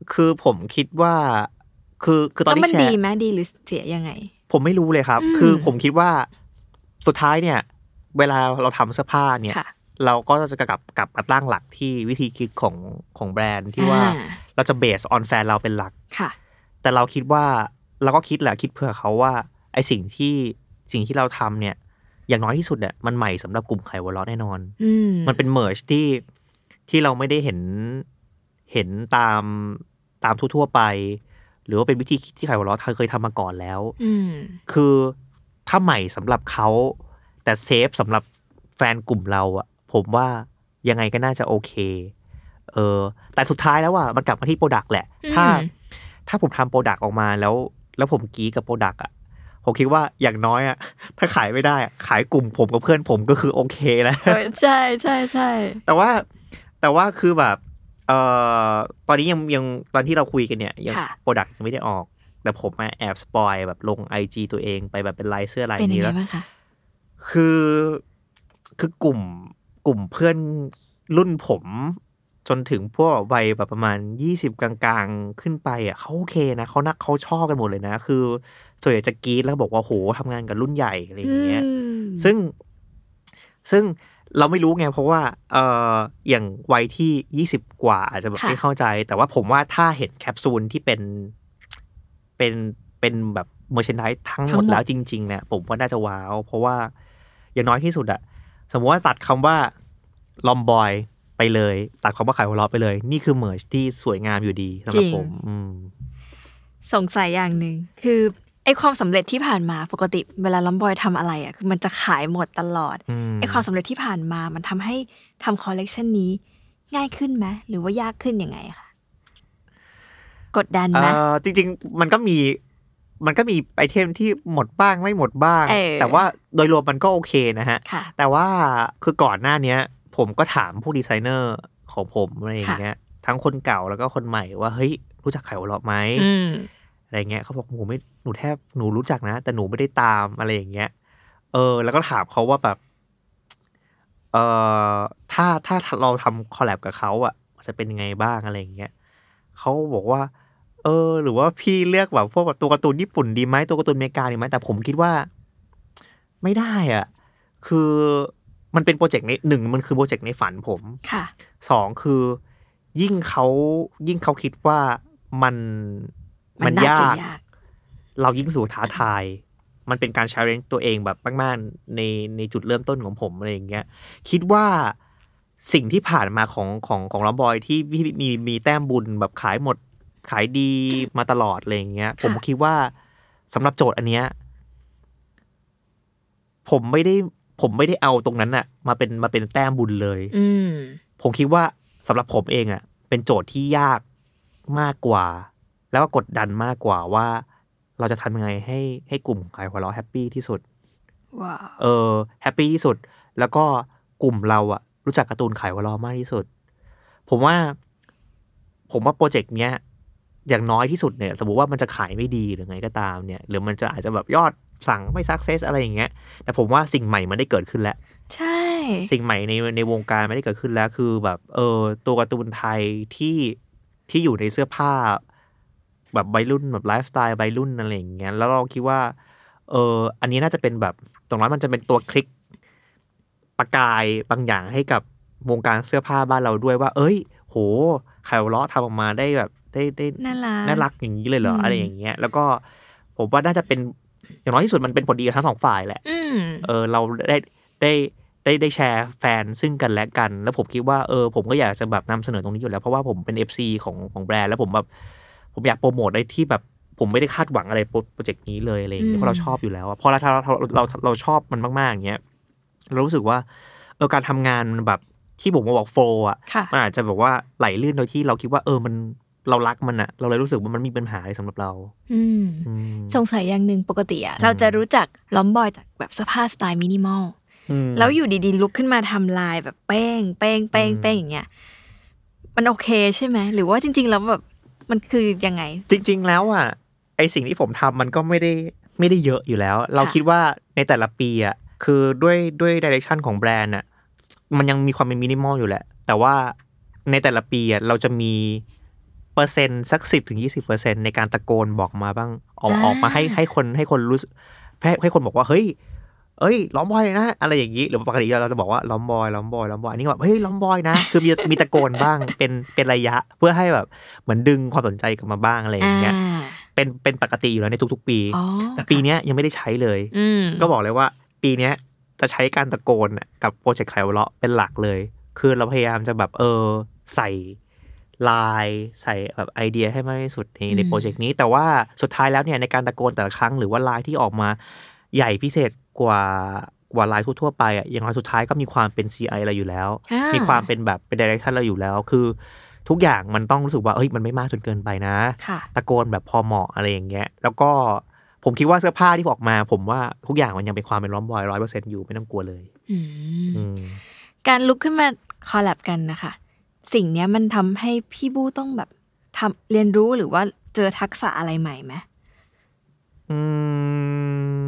คือผมคิดว่าคือคือตอนที่แชร์มันดีไหมดีหรือเสียยังไงผมไม่รู้เลยครับคือผมคิดว่าสุดท้ายเนี่ยเวลาเราทำเสื้อผ้าเนี่ยเราก็จะกลับกลับมาตั้งหลักที่วิธีคิดของของแบรนด์ที่ว่าเราจะเบสออนแฟนเราเป็นหลักแต่เราคิดว่าเราก็คิดแหละคิดเผื่อเขาว่าไอสิ่งที่สิ่งที่เราทำเนี่ยอย่างน้อยที่สุดเนี่ยมันใหม่สำหรับกลุ่มไขวัวล้อแน่นอนมันเป็นเมิร์จที่ที่เราไม่ได้เห็นเห็นตามตามทั่วๆไปหรือว่าเป็นวิธีที่ไขวัวล้อเคยทำมาก่อนแล้วคือถ้าใหม่สำหรับเขาแต่เซฟสำหรับแฟนกลุ่มเราอะผมว่ายังไงก็น่าจะโอเคเออแต่สุดท้ายแล้วอะมันกลับมาที่โปรดักต์แหละถ้าถ้าผมทำโปรดักต์ออกมาแล้วแล้วผมกี้กับโปรดักต์อะผมคิดว่าอย่างน้อยอะถ้าขายไม่ได้ขายกลุ่มผมกับเพื่อนผมก็คือโอเคแล้วใช่ใช่ใช่แต่ว่าแต่ว่าคือแบบเอ่อตอนนี้ยังยังตอนที่เราคุยกันเนี่ยยังโปรดักต์ยังไม่ได้ออกแต่ผมแอบสปอยแบบลง ไอ จี ตัวเองไปแบบเป็นลายเสื้อลายนี้แล้วคือคือกลุ่มกลุ่มเพื่อนรุ่นผมจนถึงพวกวัยแบบประมาณยี่สิบกลางๆขึ้นไปอ่ะเขาโอเคนะเขานักเขาชอบกันหมดเลยนะคือส่วนใหญ่จะกรี๊ดแล้วบอกว่าโหทำงานกับรุ่นใหญ่อะไรอย่างเงี้ยซึ่งซึ่งเราไม่รู้ไงเพราะว่าเอ่ออย่างวัยที่ยี่สิบกว่าอาจจะแบบไม่เข้าใจแต่ว่าผมว่าถ้าเห็นแคปซูลที่เป็นเป็นเป็นแบบเมอร์แชนไดส์ทั้งหมดแล้วจริงๆเนี่ยผมว่าน่าจะว้าวเพราะว่าอย่างน้อยที่สุดอะสมมติว่าตัดคำว่าลอมบอยไปเลยตัดคำว่าไขวัวล้อไปเลยนี่คือเมอร์จที่สวยงามอยู่ดีสำหรับผมสงสัยอย่างหนึ่งคือไอความสำเร็จที่ผ่านมาปกติเวลาลอมบอยทำอะไรอะคือมันจะขายหมดตลอดไอความสำเร็จที่ผ่านมามันทำให้ทำคอลเลกชันนี้ง่ายขึ้นไหมหรือว่ายากขึ้นยังไงคะกดดันไหมจริงๆมันก็มีมันก็มีไอเทมที่หมดบ้างไม่หมดบ้างแต่ว่าโดยรวมมันก็โอเคนะฮะแต่ว่าคือก่อนหน้านี้ผมก็ถามผู้ดีไซเนอร์ของผมอะไรอย่างเงี้ยทั้งคนเก่าแล้วก็คนใหม่ว่าเฮ้ยรู้จักไขวัวล้อไหมอะไรเงี้ยเขาบอกหนูไม่หนูแทบหนูรู้จักนะแต่หนูไม่ได้ตามอะไรอย่างเงี้ยเออแล้วก็ถามเขาว่าแบบเออถ้าถ้าเราทำคอลแลบกับเขาอ่ะจะเป็นยังไงบ้างอะไรอย่างเงี้ยเขาบอกว่าเออหรือว่าพี่เลือกแบบพวกแบบตัวการ์ตูนญี่ปุ่นดีไหมตัวการ์ตูนอเมริกาดีไหมแต่ผมคิดว่าไม่ได้อ่ะคือมันเป็นโปรเจกต์ในหนึ่งมันคือโปรเจกต์ในฝันผมค่ะสองคือยิ่งเขายิ่งเขาคิดว่ามันมันยากเรายิ่งสู่ท้าทายมันเป็นการ challenge ตัวเองแบบมากๆในในจุดเริ่มต้นของผมอะไรอย่างเงี้ยคิดว่าสิ่งที่ผ่านมาของของของลอมบอยที่มีมีแต้มบุญแบบขายหมดขายดีมาตลอดอะไรอย่างเงี้ยผมคิดว่าสำหรับโจทย์อันเนี้ยผมไม่ได้ผมไม่ได้เอาตรงนั้นน่ะมาเป็นมาเป็นแต้มบุญเลยผมคิดว่าสำหรับผมเองอ่ะเป็นโจทย์ที่ยากมากกว่าแล้วก็กดดันมากกว่าว่าเราจะทำยังไงให้ให้กลุ่มไขวัวล้อแฮปปี้ที่สุดว้าวเออแฮปปี้ที่สุดแล้วก็กลุ่มเราอ่ะรู้จักการ์ตูนไขวัวล้อมากที่สุดผมว่าผมว่าโปรเจกต์เนี้ยอย่างน้อยที่สุดเนี่ยสมมุติว่ามันจะขายไม่ดีหรือไงก็ตามเนี่ยหรือมันจะอาจจะแบบยอดสั่งไม่ซักเซสอะไรอย่างเงี้ยแต่ผมว่าสิ่งใหม่มันได้เกิดขึ้นแล้วใช่สิ่งใหม่ในในวงการมันได้เกิดขึ้นแล้วคือแบบเออตัวการ์ตูนไทยที่ที่อยู่ในเสื้อผ้าแบบวัยรุ่นแบบไลฟ์สไตล์วัยรุ่นอะไรอย่างเงี้ยแล้วเราคิดว่าเอออันนี้น่าจะเป็นแบบตรงนั้นมันจะเป็นตัวคลิกประกายบางอย่างให้กับวงการเสื้อผ้าบ้านเราด้วยว่าเอ้ยโหไขวัวล้อทำออกมาได้แบบได้ได้น่ารักน่ารักอย่างนี้เลยเหรออะไรอย่างเงี้ยแล้วก็ผมว่าน่าจะเป็นอย่างน้อยที่สุดมันเป็นผลดีกับทั้งสองฝ่ายแหละเออเราได้ได้ได้ได้แชร์แฟนซึ่งกันและกันแล้วผมคิดว่าเออผมก็อยากจะแบบนำเสนอตรงนี้อยู่แล้วเพราะว่าผมเป็น เอฟ ซี ของของแบรนด์แล้วผมแบบผมอยากโปรโมทได้ที่แบบผมไม่ได้คาดหวังอะไรโปรเจกต์นี้เลยอะไรอย่างเงี้ยเพราะเราชอบอยู่แล้วพอเราเราเราเราชอบมันมากๆอย่างเงี้ยเรารู้สึกว่าเออการทำงานแบบที่ผมมาบอกโฟล์อ่ะมันอาจจะแบบว่าไหลลื่นโดยที่เราคิดว่าเออมันเรารักมันอะเราเลยรู้สึกว่ามันมีปัญหาอะไรสำหรับเราสงสัยอย่างหนึ่งปกติอะเราจะรู้จักลอมบอยจากแบบเสื้อผ้าสไตล์มินิมอลแล้วอยู่ดีๆลุกขึ้นมาทำลายแบบเป้งเป้งเป้งเป้งอย่างเงี้ยมันโอเคใช่ไหมหรือว่าจริงๆแล้วแบบมันคือยังไงจริงๆแล้วอะไอสิ่งที่ผมทำมันก็ไม่ได้ไม่ได้เยอะอยู่แล้วเราคิดว่าในแต่ละปีอะคือด้วยด้วยดิเรกชันของแบรนด์อะมันยังมีความเป็นมินิมอลอยู่แหละแต่ว่าในแต่ละปีอะเราจะมีเปอร์เซ็นต์สัก สิบถึงยี่สิบเปอร์เซ็นต์ ในการตะโกนบอกมาบ้างออกออกมาให้ให้คนให้คนรู้ให้ให้คนบอกว่าเฮ้ยเอ้ยล้อมบอยนะอะไรอย่างนี้หรือปกติเราจะบอกว่าล้อมบอยล้อมบอยล้อมบอยอันนี้แบบเฮ้ยล้อมบอยนะคือมีมีตะโกนบ้างเป็นเป็นระยะเพื่อให้แบบเหมือนดึงความสนใจกลับมาบ้างอะไรอย่างเงี้ยเป็นเป็นปกติอยู่แล้วในทุกๆปีแต่ปีนี้ยังไม่ได้ใช้เลยก็บอกเลยว่าปีนี้จะใช้การตะโกนกับโปรเจกต์ไขว่เลาะเป็นหลักเลยคือเราพยายามจะแบบเออใส่ลายใส่แบบไอเดียให้มากที่สุดในในโปรเจกต์นี้แต่ว่าสุดท้ายแล้วเนี่ยในการตะโกนแต่ละครั้งหรือว่าลายที่ออกมาใหญ่พิเศษกว่ากว่าลายทั่วๆไปอ่ะอย่างน้อยสุดท้ายก็มีความเป็น ซี ไอ เราอยู่แล้วมีความเป็นแบบเป็น direction เราอยู่แล้วคือทุกอย่างมันต้องรู้สึกว่าเอ้ยมันไม่มากจนเกินไปนะตะโกนแบบพอเหมาะอะไรอย่างเงี้ยแล้วก็ผมคิดว่าเสื้อผ้าที่ออกมาผมว่าทุกอย่างมันยังเป็นความเป็นล้อมบอย ร้อยเปอร์เซ็นต์ อยู่ไม่ต้องกลัวเลยการลุกขึ้นมาคอลแลบกันนะคะสิ่งนี้มันทำให้พี่บู้ต้องแบบทำเรียนรู้หรือว่าเจอทักษะอะไรใหม่ไหมอืม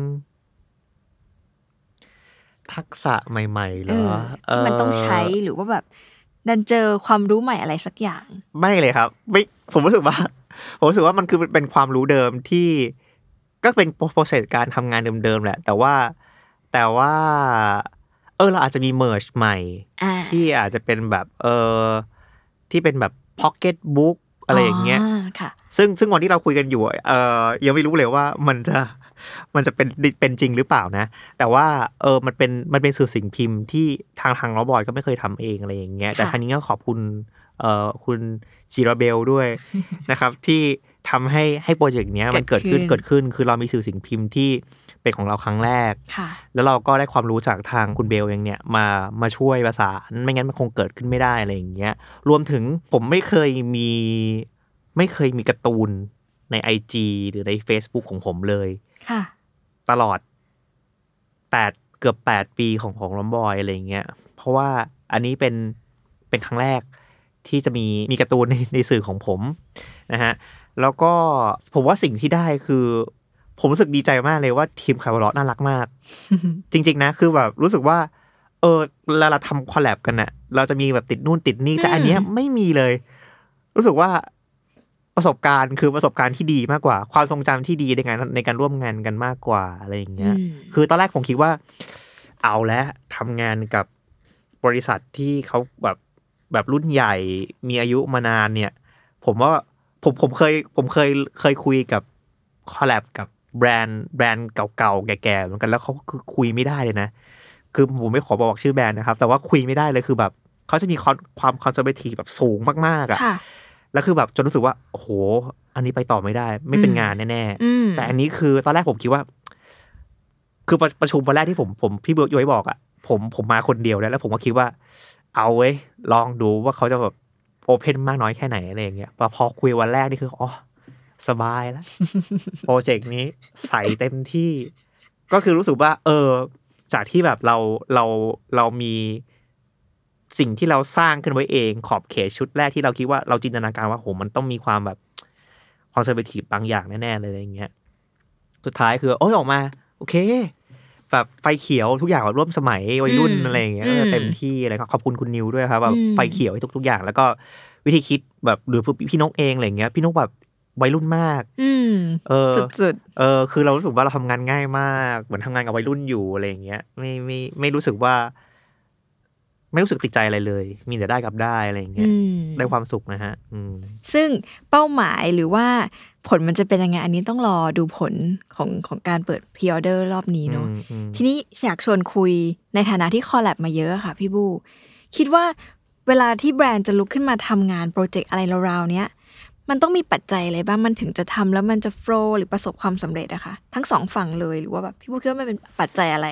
ทักษะใหม่ๆเหรอที่มันต้องใช้หรือว่าแบบดันเจอความรู้ใหม่อะไรสักอย่างไม่เลยครับไม่ผมรู้สึกว่าผมรู้สึกว่ามันคือเป็นความรู้เดิมที่ก็เป็นโปรเซสการทำงานเดิมๆแหละแต่ว่าแต่ว่าเออเราอาจจะมีเมิร์จใหม่ที่อาจจะเป็นแบบเออที่เป็นแบบพ็อกเก็ตบุ๊กอะไรอย่างเงี้ยซึ่งซึ่งวันที่เราคุยกันอยู่เออยังไม่รู้เลยว่ามันจะมันจะเป็นเป็นจริงหรือเปล่านะแต่ว่าเออมันเป็นมันเป็นสื่อสิ่งพิมพ์ที่ทางทางล้อบอยก็ไม่เคยทำเองอะไรอย่างเงี้ยแต่ครั้งนี้ก็ขอบคุณเอ่อคุณจิราเบลด้วยนะครับที่ทำให้ให้โปรเจกต์เนี้ยมันเกิดขึ้นเกิดขึ้นคือเรามีสื่อสิ่งพิมพ์ที่เป็นของเราครั้งแรกแล้วเราก็ได้ความรู้จากทางคุณเบลเองเนี่ยมามาช่วยประสานไม่งั้นมันคงเกิดขึ้นไม่ได้อะไรอย่างเงี้ยรวมถึงผมไม่เคยมีไม่เคยมีการ์ตูนใน ไอ จี หรือใน Facebook ของผมเลยตลอดแปดเกือบแปดปีของของล้อมบอยอะไรอย่างเงี้ยเพราะว่าอันนี้เป็นเป็นครั้งแรกที่จะมีมีการ์ตูนในในสื่อของผมนะฮะแล้วก็ผมว่าสิ่งที่ได้คือผมรู้สึกดีใจมากเลยว่าทีมไขว่เลาะน่ารักมาก จริงๆนะคือแบบรู้สึกว่าเออเวลาเราทำคอลแลบกันน่ะเราจะมีแบบติดนู่นติดนี่แต่อันเนี้ยไม่มีเลยรู้สึกว่าประสบการณ์คือประสบการณ์ที่ดีมากกว่าความทรงจำที่ดีในการในการร่วมงานกันมากกว่าอะไรอย่างเงี้ยคือตอนแรกผมคิดว่าเอาแล้วทำงานกับบริษัทที่เขาแบบแบบรุ่นใหญ่มีอายุมานานเนี่ยผมว่าผมผมเคยผมเคยเคยคุยกับคอลแลบกับแบรนด์แบรนด์เก่าๆแก่ๆเหมือนกันแล้วเขาคือคุยไม่ได้เลยนะคือผมไม่ขอบอกชื่อแบรนด์นะครับแต่ว่าคุยไม่ได้เลยคือแบบเขาจะมีความคอนเซอร์เวทีฟแบบสูงมากๆอ่ะแล้วคือแบบจนรู้สึกว่าโอ้โหอันนี้ไปต่อไม่ได้ไม่เป็นงานแน่ๆแต่อันนี้คือตอนแรกผมคิดว่าคือประชุมวันแรกที่ผมผมพี่เบิร์ดย้อยบอกอ่ะผมผมมาคนเดียวแล้วแล้วผมก็คิดว่าเอาเว้ยลองดูว่าเขาจะแบบโอเพนมากน้อยแค่ไหนอะไรอย่างเงี้ยพอคุยวันแรกนี่คืออ๋อสบายแล้ว โปรเจกต์นี้ใส่เต็มที่ก็คือรู้สึกว่าเออจากที่แบบเราเราเรามีสิ่งที่เราสร้างขึ้นไว้เองขอบเขตชุดแรกที่เราคิดว่าเราจินตนาการว่าโหมันต้องมีความแบบคอนเซอร์เวทีฟบางอย่างแน่ๆเลยอะไรอย่างเงี้ยสุดท้ายคือโอ้ยออกมาโอเคแบบไฟเขียวทุกอย่างแบบร่วมสมัยวัยรุ่นอะไรอย่างเงี้ยเต็มที่อะไรก็ขอบคุณคุณนิวด้วยครับแบบไฟเขียวให้ทุกๆอย่างแล้วก็วิธีคิดแบบหรือพี่นกเองอะไรอย่างเงี้ยพี่นกแบบวัยรุ่นมากเออสุดๆเออคือเรารู้สึกว่าเราทำงานง่ายมากเหมือนทำงานกับวัยรุ่นอยู่อะไรอย่างเงี้ยไม่ไม่ไม่รู้สึกว่าไม่รู้สึกติดใจอะไรเลยมีแต่ได้กับได้อะไรอย่างเงี้ยได้ความสุขนะฮะซึ่งเป้าหมายหรือว่าผลมันจะเป็นยังไงอันนี้ต้องรอดูผลของของการเปิดพรีออเดอร์รอบนี้เนาะทีนี้อยากชวนคุยในฐานะที่คอลแลบมาเยอะค่ะพี่บูคิดว่าเวลาที่แบรนด์จะลุกขึ้นมาทำงานโปรเจกต์อะไรราวๆเนี้ยมันต้องมีปัจจัยอะไรบ้างมันถึงจะทำแล้วมันจะโฟลว์หรือประสบความสำเร็จอะคะทั้งสองฝั่งเลยหรือว่าแบบพี่บูคิดว่ามันเป็นปัจจัยอะไร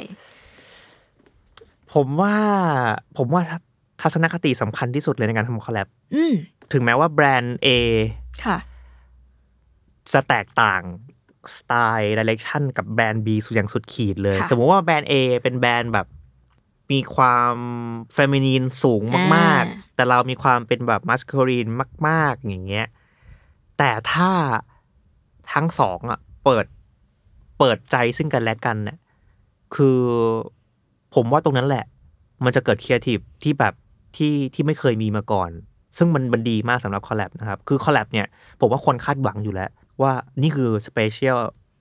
ผมว่าผมว่าทัศนคติสำคัญที่สุดเลยในการทำคอลแลบถึงแม้ว่าแบรนด์ A ค่ะจะแตกต่างสไตล์ดิเรกชันกับแบรนด์ B สุดอย่างสุดขีดเลยสมมติว่าแบรนด์ A เป็นแบรนด์แบบมีความเฟมินีนสูงมากๆแต่เรามีความเป็นแบบมัสคูลีนมากๆอย่างเงี้ยแต่ถ้าทั้งสองอ่ะเปิดเปิดใจซึ่งกันและกันเนี่ยคือผมว่าตรงนั้นแหละมันจะเกิดครีเอทีฟที่แบบที่ที่ไม่เคยมีมาก่อนซึ่งมันมันดีมากสำหรับคอลแลบนะครับคือคอลแลบเนี่ยผมว่าคนคาดหวังอยู่แล้วว่านี่คือ Special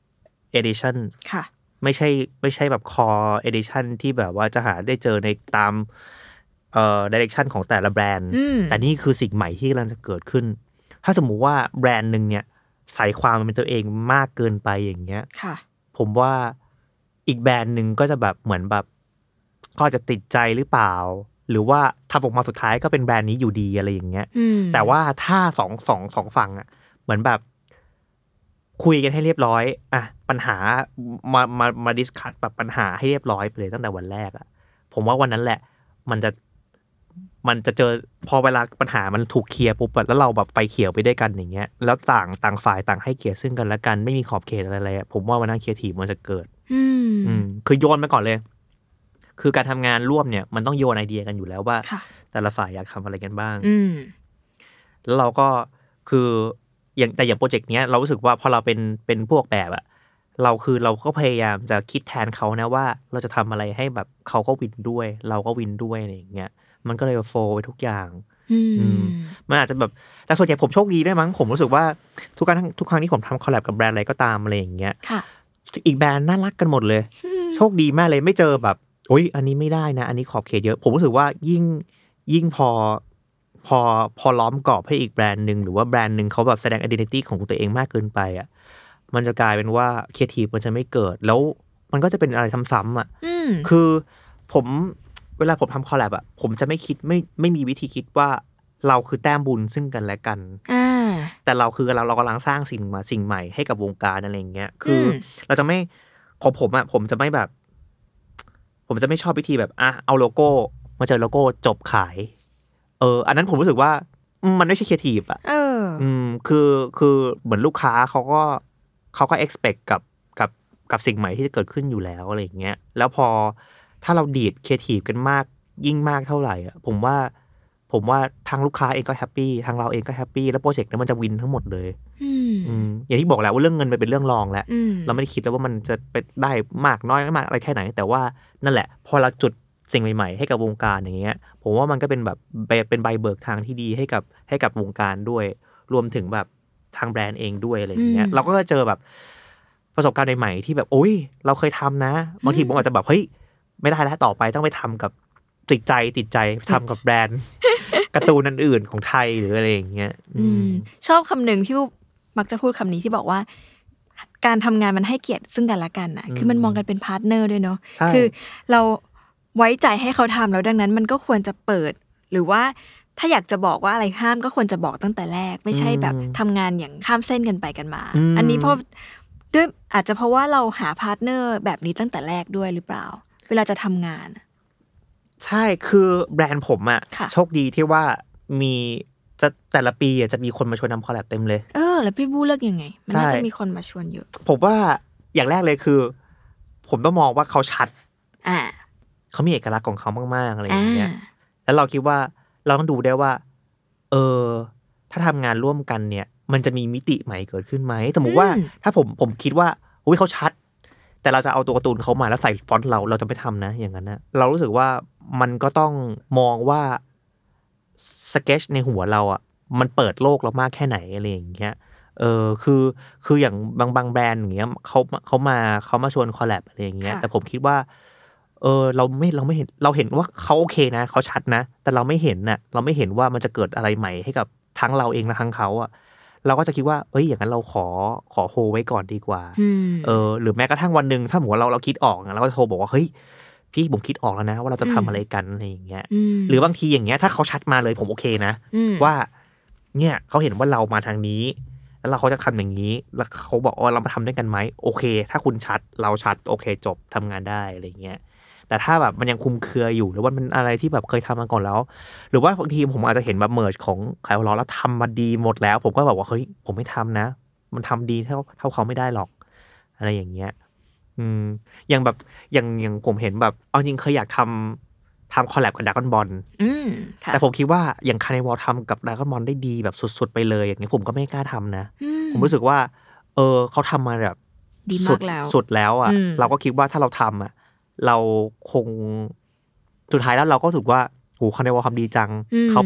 Edition ค่ะไม่ใช่ไม่ใช่แบบ Core Edition ที่แบบว่าจะหาได้เจอในตามเอ่อ Direction ของแต่ละแบรนด์แต่นี่คือสิ่งใหม่ที่กำลังจะเกิดขึ้นถ้าสมมุติว่าแบรนด์นึงเนี่ยใส่ความเป็นตัวเองมากเกินไปอย่างเงี้ยผมว่าอีกแบรนด์นึงก็จะแบบเหมือนแบบก็จะติดใจหรือเปล่าหรือว่าทำออกมาสุดท้ายก็เป็นแบรนด์นี้อยู่ดีอะไรอย่างเงี้ยแต่ว่าถ้าสองสองสองฝั่งอ่ะเหมือนแบบคุยกันให้เรียบร้อยอ่ะปัญหามามามาดิสคัสแบบปัญหาให้เรียบร้อยไปเลยตั้งแต่วันแรกอ่ะผมว่าวันนั้นแหละมันจะมันจะเจอพอเวลาปัญหามันถูกเคลียร์ปุ๊บแล้วเราแบบไฟเขียวไปด้วยกันอย่างเงี้ยแล้วต่างต่างฝ่ายต่างให้เกียรติซึ่งกันและกันไม่มีขอบเขตอะไรเลยผมว่าวันนั้นครีเอทีฟมันจะเกิดอืมอืมคือโยนไปก่อนเลยคือการทำงานร่วมเนี่ยมันต้องโยนไอเดียกันอยู่แล้วว่าแต่ละฝ่ายอยากทำอะไรกันบ้างแล้วเราก็คืออย่างแต่อย่างโปรเจกต์เนี้ยเรารู้สึกว่าพอเราเป็นเป็นพวกแบบอะเราคือเราก็พยายามจะคิดแทนเขานะว่าเราจะทำอะไรให้แบบเขาก็วินด้วยเราก็วินด้วยอะไรอย่างเงี้ยมันก็เลยโฟล์ไปทุกอย่างอืมมันอาจจะแบบแต่ส่วนใหญ่ผมโชคดีด้วยมั้งผมรู้สึกว่าทุกครั้งทุกครั้งที่ผมทำคอลแลบกับแบรนด์อะไรก็ตามอะไรอย่างเงี้ยอีกแบรนด์น่ารักกันหมดเลยโชคดีมากเลยไม่เจอแบบโอ๊ยอันนี้ไม่ได้นะอันนี้ขอบเขตเยอะผมรู้สึกว่ายิ่งยิ่งพอพอพอล้อมกรอบให้อีกแบรนด์นึงหรือว่าแบรนด์นึงเขาแบบแสดง identity ของตัวเองมากเกินไปอ่ะมันจะกลายเป็นว่า creative มันจะไม่เกิดแล้วมันก็จะเป็นอะไรซ้ำๆอ่ะคือผมเวลาผมทำคอลแลบอ่ะผมจะไม่คิดไม่ไม่มีวิธีคิดว่าเราคือแต้มบุญซึ่งกันและกันแต่เราคือเราเรากำลังสร้างสิ่งมาสิ่งใหม่ให้กับวงการอะไรอย่างเงี้ยคือเราจะไม่ของผมอ่ะผมจะไม่แบบผมจะไม่ชอบวิธีแบบอ่ะเอาโลโก้มาเจอโลโก้จบขายเอออันนั้นผมรู้สึกว่ามันไม่ใช่ครีเอทีฟอ่ะเอออืมคือคือเหมือนลูกค้าเขาก็เขาก็ expect กับกับกับสิ่งใหม่ที่จะเกิดขึ้นอยู่แล้วอะไรอย่างเงี้ยแล้วพอถ้าเราดีดครีเอทีฟกันมากยิ่งมากเท่าไหร่อ่ะผมว่าผมว่าทางลูกค้าเองก็แฮปปี้ทางเราเองก็แฮปปี้แล้วโปรเจกต์นั้นมันจะวินทั้งหมดเลยอืมอย่างที่บอกแล้วว่าเรื่องเงินมันเป็นเรื่องรองแล้วเราไม่ได้คิดแล้วว่ามันจะเป็นได้มากน้อยมากอะไรแค่ไหนแต่ว่านั่นแหละพอเราจุดสิ่งใหม่ๆให้กับวงการอย่างเงี้ยผมว่ามันก็เป็นแบบเป็นใบเบิกทางที่ดีให้กับให้กับวงการด้วยรวมถึงแบบทางแบรนด์เองด้วยอะไรอย่างเงี้ยเราก็เจอแบบประสบการณ์ใหม่ๆที่แบบโอ๊ยเราเคยทำนะบางทีผมอาจจะแบบเฮ้ยไม่ได้แล้วต่อไปต้องไปทำกับติดใจติดใจทำกับแบรนด์การ์ตูนอื่นๆของไทยหรืออะไรอย่างเงี้ยชอบคำหนึ่งพี่มักจะพูดคำนี้ที่บอกว่าการทำงานมันให้เกียรติซึ่งกันและกันน่ะคือมันมองกันเป็นพาร์ทเนอร์ด้วยเนาะคือเราไว้ใจให้เขาทำแล้วดังนั้นมันก็ควรจะเปิดหรือว่าถ้าอยากจะบอกว่าอะไรห้ามก็ควรจะบอกตั้งแต่แรกไม่ใช่แบบทำงานอย่างข้ามเส้นกันไปกันมาอันนี้เพราะด้วยอาจจะเพราะว่าเราหาพาร์ทเนอร์แบบนี้ตั้งแต่แรกด้วยหรือเปล่าเวลาจะทำงานใช่คือแบรนด์ผมอะโชคดีที่ว่ามีจะแต่ละปีจะมีคนมาชวนทำคอลแลบเต็มเลยเออแล้วพี่บู้เลือกยังไงมันน่าจะมีคนมาชวนเยอะผมว่าอย่างแรกเลยคือผมต้องมองว่าเขาชัดอ่าเขามีเอกลักษณ์ของเขามากๆอะไรอย่างเงี้ยแล้วเราคิดว่าเราต้องดูได้ว่าเออถ้าทำงานร่วมกันเนี่ยมันจะมีมิติใหม่เกิดขึ้นไหมสมมุติว่าถ้าผมผมคิดว่าอุ้ยเขาชัดแต่เราจะเอาตัวการ์ตูนเขามาแล้วใส่ฟอนต์เราเราจะไม่ทำนะอย่างนั้นนะเรารู้สึกว่ามันก็ต้องมองว่าสเก็ตช์ในหัวเราอ่ะมันเปิดโลกเรามากแค่ไหนอะไรอย่างเงี้ยเออคือคืออย่างบางบางแบรนด์อย่างเงี้ยเขาเขามาเขามาชวนคอลแลบอะไรอย่างเงี้ยแต่ผมคิดว่าเออเราไม่เราไม่เห็นเราเห็นว่าเขาโอเคนะเขาชัดนะแต่เราไม่เห็นน่ะเราไม่เห็นว่ามันจะเกิดอะไรใหม่ให้กับทั้งเราเองและทั้งเขาอ่ะเราก็จะคิดว่าเอ้ยอย่างนั้นเราขอขอโฮไว้ก่อนดีกว่าเออหรือแม้กระทั่งวันนึงถ้าสมมติว่าเราเราคิดออกเราก็จะโทรบอกว่าเฮ้ยพี่ผมคิดออกแล้วนะว่าเราจะทำอะไรกันอะไรอย่างเงี้ยหรือบางทีอย่างเงี้ยถ้าเขาชัดมาเลยผมโอเคนะว่าเนี่ยเขาเห็นว่าเรามาทางนี้แล้วเราเขาจะทำอย่างนี้แล้วเขาบอกว่าเรามาทำด้วยกันไหมโอเคถ้าคุณชัดเราชัดโอเคจบทำงานได้อะไรเงี้ยแต่ถ้าแบบมันยังคุมเครืออยู่หรือว่ามันอะไรที่แบบเคยทำมาก่อนแล้วหรือว่าบางทีผมอาจจะเห็นแบบเมิร์จของขายหัวเราะแล้วทำมาดีหมดแล้วผมก็แบบว่าเฮ้ยผมไม่ทำนะมันทำดีเท่าเท่าเขาไม่ได้หรอกอะไรอย่างเงี้ยอืมอย่างแบบอย่างอย่างผมเห็นแบบเอาจริงเคยอยากทำทำคอลแลบกับดราก้อนบอลแต่ผมคิดว่าอย่างคาร์นิวัลทำกับดราก้อนบอลได้ดีแบบสุดๆไปเลยอย่างเงี้ยผมก็ไม่กล้าทำนะผมรู้สึกว่าเออเขาทำมาแบบสุดสุดแล้วอ่ะเราก็คิดว่าถ้าเราทำอ่ะเราคงสุดท้ายแล้วเราก็รู้สึกว่าโหคาร์นิวัลทำดีจังเขาเป็น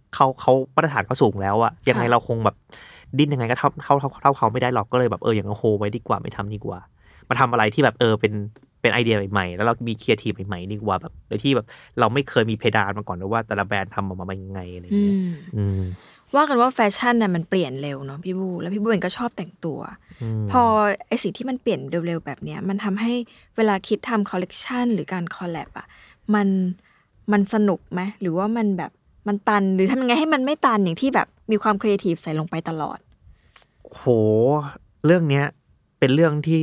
เขาเขามาตรฐานเขาสูงแล้วอะยังไงเราคงแบบดิ้นยังไงก็เท่าเท่าเท่าเขาไม่ได้หรอกก็เลยแบบเอออย่างโฮไว้ดีกว่าไม่ทำดีกว่ามาทำอะไรที่แบบเออเป็นเป็นไอเดียใหม่ๆแล้วเรามีครีเอทีฟใหม่ๆดีกว่าแบบโดยที่แบบเราไม่เคยมีเพดานมาก่อนว่าแต่ละแบรนด์ทำออกมาเป็นยังไงอะไรอย่างเงี้ยว่ากันว่าแฟชั่นน่ะมันเปลี่ยนเร็วเนาะพี่บูแล้วพี่บูเองก็ชอบแต่งตัวพอไอสิ่งที่มันเปลี่ยนเร็วๆแบบเนี้ยมันทำให้เวลาคิดทำคอลเลกชันหรือการคอลแลบอ่ะมันมันสนุกไหมหรือว่ามันแบบมันตันหรือทำยังไงให้มันไม่ตันอย่างที่แบบมีความครีเอทีฟใส่ลงไปตลอดโหเรื่องเนี้ยเป็นเรื่องที่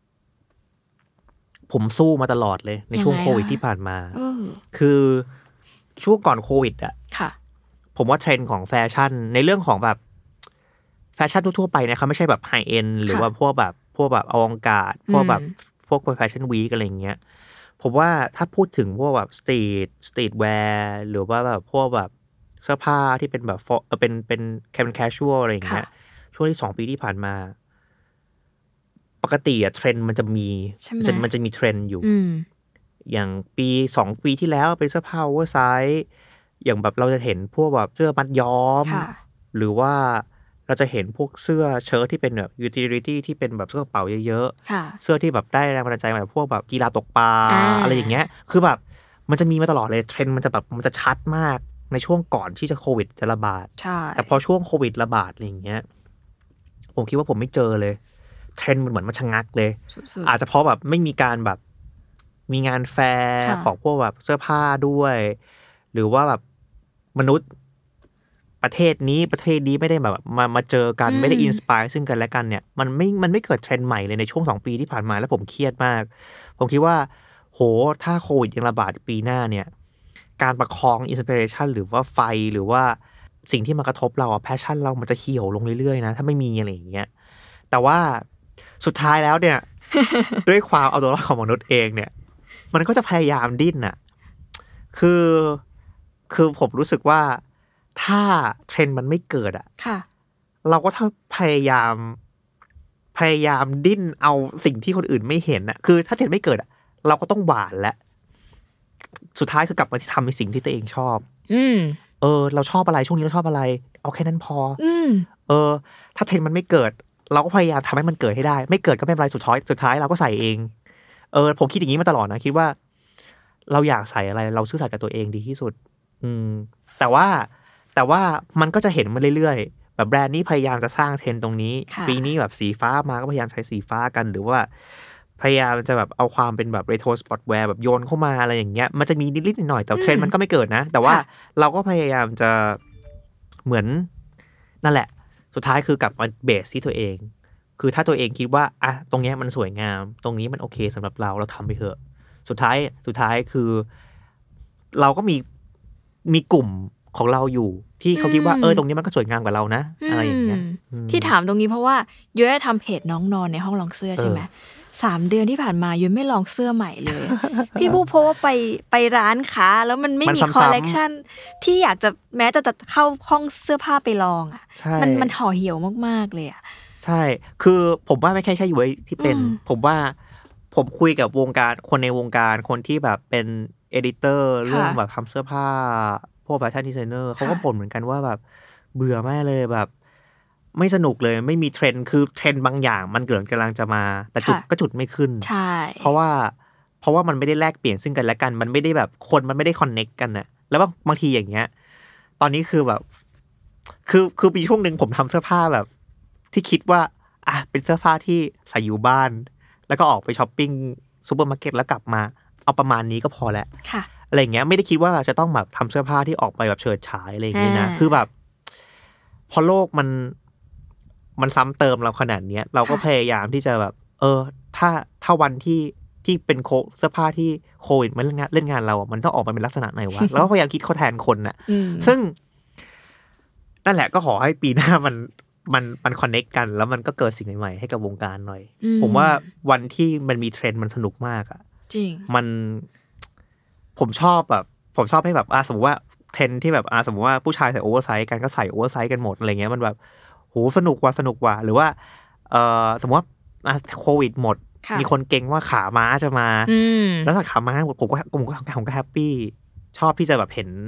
ผมสู้มาตลอดเลยในช่วงโควิดที่ผ่านมาคือช่วงก่อนโควิดอ่ะผมว่าเทรนด์ของแฟชั่นในเรื่องของแบบแฟชั่นทั่วๆไปนะครับไม่ใช่แบบไฮเอ็นหรือว่าพวกแบบพวกแบบอวังการ์ดพวกแบบพวกแฟชั่นวีคอะไรอย่างเงี้ยผมว่าถ้าพูดถึงพวกแบบสตรีทสตรีทแวร์หรือว่าแบบพวกแบบเสื้อผ้าที่เป็นแบบเป็นเป็นแคมแคชชวลอะไรอย่างเงี้ยช่วงที่สองปีที่ผ่านมาปกติอะเทรนด์มันจะมีมันจะมีเทรนด์อยู่อย่างปีสองปีที่แล้วเป็นเสื้อผ้าโอเวอร์ไซส์อย่างแบบเราจะเห็นพวกแบบเสื้อมัดย้อมหรือว่าเราจะเห็นพวกเสื้อเชิ้ตที่เป็นแบบยูทิลิตี้ที่เป็นแบบเสื้อกระเป๋าเยอะๆเสื้อที่แบบได้แรงบันดาลใจมาจากพวกแบบกีฬาตกปลา อ, อะไรอย่างเงี้ยคือแบบมันจะมีมาตลอดเลยเทรนด์มันจะแบบมันจะชัดมากในช่วงก่อนที่จะโควิดจะระบาดแต่พอช่วงโควิดระบาดอะไรอย่างเงี้ยผมคิดว่าผมไม่เจอเลยเทรนด์มันเหมือนมันชะงักเลยอาจจะเพราะแบบไม่มีการแบบมีงานแฟร์ของพวกแบบเสื้อผ้าด้วยหรือว่าแบบมนุษย์ประเทศนี้ประเทศนี้ไม่ได้แบบมามาเจอกันไม่ได้อินสไปร์ซึ่งกันและกันเนี่ยมันไม่มันไม่เกิดเทรนด์ใหม่เลยในช่วงสองปีที่ผ่านมาแล้วผมเครียดมากผมคิดว่าโหถ้าโควิดยังระบาดปีหน้าเนี่ยการประคองอินสปิเรชันหรือว่าไฟหรือว่าสิ่งที่มากระทบเราแพชชั่นเรามันจะเหี่ยวลงเรื่อยๆนะถ้าไม่มีอะไรอย่างเงี้ยแต่ว่าสุดท้ายแล้วเนี่ย ด้วยความเอาตัวรอดของมนุษย์เองเนี่ยมันก็จะพยายามดิ้นน่ะคือคือผมรู้สึกว่าถ้าเทรนด์มันไม่เกิดอ่ะเราก็ต้องพยายามพยายามดิ้นเอาสิ่งที่คนอื่นไม่เห็นอ่ะคือถ้าเทรนด์ไม่เกิดอ่ะเราก็ต้องหวานและสุดท้ายคือกลับมาทำในสิ่งที่ตัวเองชอบอืมเออเราชอบอะไรช่วงนี้เราชอบอะไรเอาแค่นั้นพออืมเออถ้าเทรนด์มันไม่เกิดเราก็พยายามทำให้มันเกิดให้ได้ไม่เกิดก็ไม่เป็นไรสุดท้ายสุดท้ายเราก็ใส่เองเออผมคิดอย่างนี้มาตลอดนะคิดว่าเราอยากใส่อะไรเราซื่อสัตย์กับตัวเองดีที่สุดอืมแต่ว่าแต่ว่ามันก็จะเห็นมาเรื่อยๆแบบแบรนด์นี้พยายามจะสร้างเทรนด์ตรงนี้ปีนี้แบบสีฟ้ามาก็พยายามใช้สีฟ้ากันหรือว่าพยายามจะแบบเอาความเป็นแบบเรโทรสปอร์ตแวร์แบบโยนเข้ามาอะไรอย่างเงี้ยมันจะมีนิดๆหน่อยๆแต่เทรนด์มันก็ไม่เกิดนะแต่ว่าเราก็พยายามจะเหมือนนั่นแหละสุดท้ายคือกลับมาเบสที่ตัวเองคือถ้าตัวเองคิดว่าอ่ะตรงนี้มันสวยงามตรงนี้มันโอเคสำหรับเราเราทำไปเถอะสุดท้ายสุดท้ายคือเราก็มีมีกลุ่มของเราอยู่ที่เขาคิดว่าเออตรงนี้มันก็สวยงามกว่าเรานะอะไรอย่างเงี้ยที่ถามตรงนี้เพราะว่ายุ้ยทำเพจน้องนอนในห้องลองเสื้อใช่ไหมสามเดือนที่ผ่านมายุ้ยไม่ลองเสื้อใหม่เลย พี่บู้เพราะว่าไปไปร้านค้าแล้วมันไม่มีคอลเลกชันที่อยากจะแม้จะเข้าห้องเสื้อผ้าไปลองอ่ะมันมันห่อเหี่ยวมากๆเลยอ่ะใช่คือผมว่าไม่แค่แค่ยุ้ยที่เป็นผมว่าผมคุยกับวงการคนในวงการคนที่แบบเป็นเอดิเตอร์เรื่องแบบทำเสื้อผ้าพวกแฟชั่นดีไซเนอร์เขาก็บ่นเหมือนกันว่าแบบเบื่อมากเลยแบบไม่สนุกเลยไม่มีเทรนด์คือเทรนด์บางอย่างมันเกิดกำลังจะมาแต่จุดก็จุดไม่ขึ้นใช่เพราะว่าเพราะว่ามันไม่ได้แลกเปลี่ยนซึ่งกันและกันมันไม่ได้แบบคนมันไม่ได้คอนเนคกันนะแล้วบางทีอย่างเงี้ยตอนนี้คือแบบคือคือปีช่วงนึงผมทำเสื้อผ้าแบบที่คิดว่าอ่ะเป็นเสื้อผ้าที่ใส่อยู่บ้านแล้วก็ออกไปช้อปปิ้งซูเปอร์มาร์เก็ตแล้วกลับมาเอาประมาณนี้ก็พอแล้วอะไรอย่างเงี้ยไม่ได้คิดว่าจะต้องแบบทำเสื้อผ้าที่ออกไปแบบเฉิดฉายอะไรอย่างเงี้ยนะคือแบบพอโลกมันมันซ้ำเติมเราขนาดนี้เราก็พยายามที่จะแบบเออถ้าถ้าวันที่ที่เป็นโคเสื้อผ้าที่โควิดมันเล่นงานเล่นงานเราอ่ะมันต้องออกมาเป็นลักษณะไหนวะ แล้วก็พยายามคิดเขาแทนคนน่ะซึ่งนั่นแหละก็ขอให้ปีหน้ามันมันมันคอนเนคกันแล้วมันก็เกิดสิ่งใหม่ๆให้กับวงการหน่อยผมว่าวันที่มันมีเทรนด์มันสนุกมากอ่ะจริงมันผมชอบแบบผมชอบให้แบบอ่ะสมมติว่าเทรนด์ที่แบบอ่ะสมมติว่าผู้ชายใส่โอเวอร์ไซส์กันก็ใส่โอเวอร์ไซส์กันหมดอะไรเงี้ยมันแบบโหสนุกว่ะสนุกว่ะหรือว่าเอ่อสมมติว่าอ่ะโควิดหมดมีคนเก่งว่าขาม้าจะมาแล้วถ้าขาม้าผมก็ผมก็ผมก็แฮปปี้ชอบที่จะแบบเห็น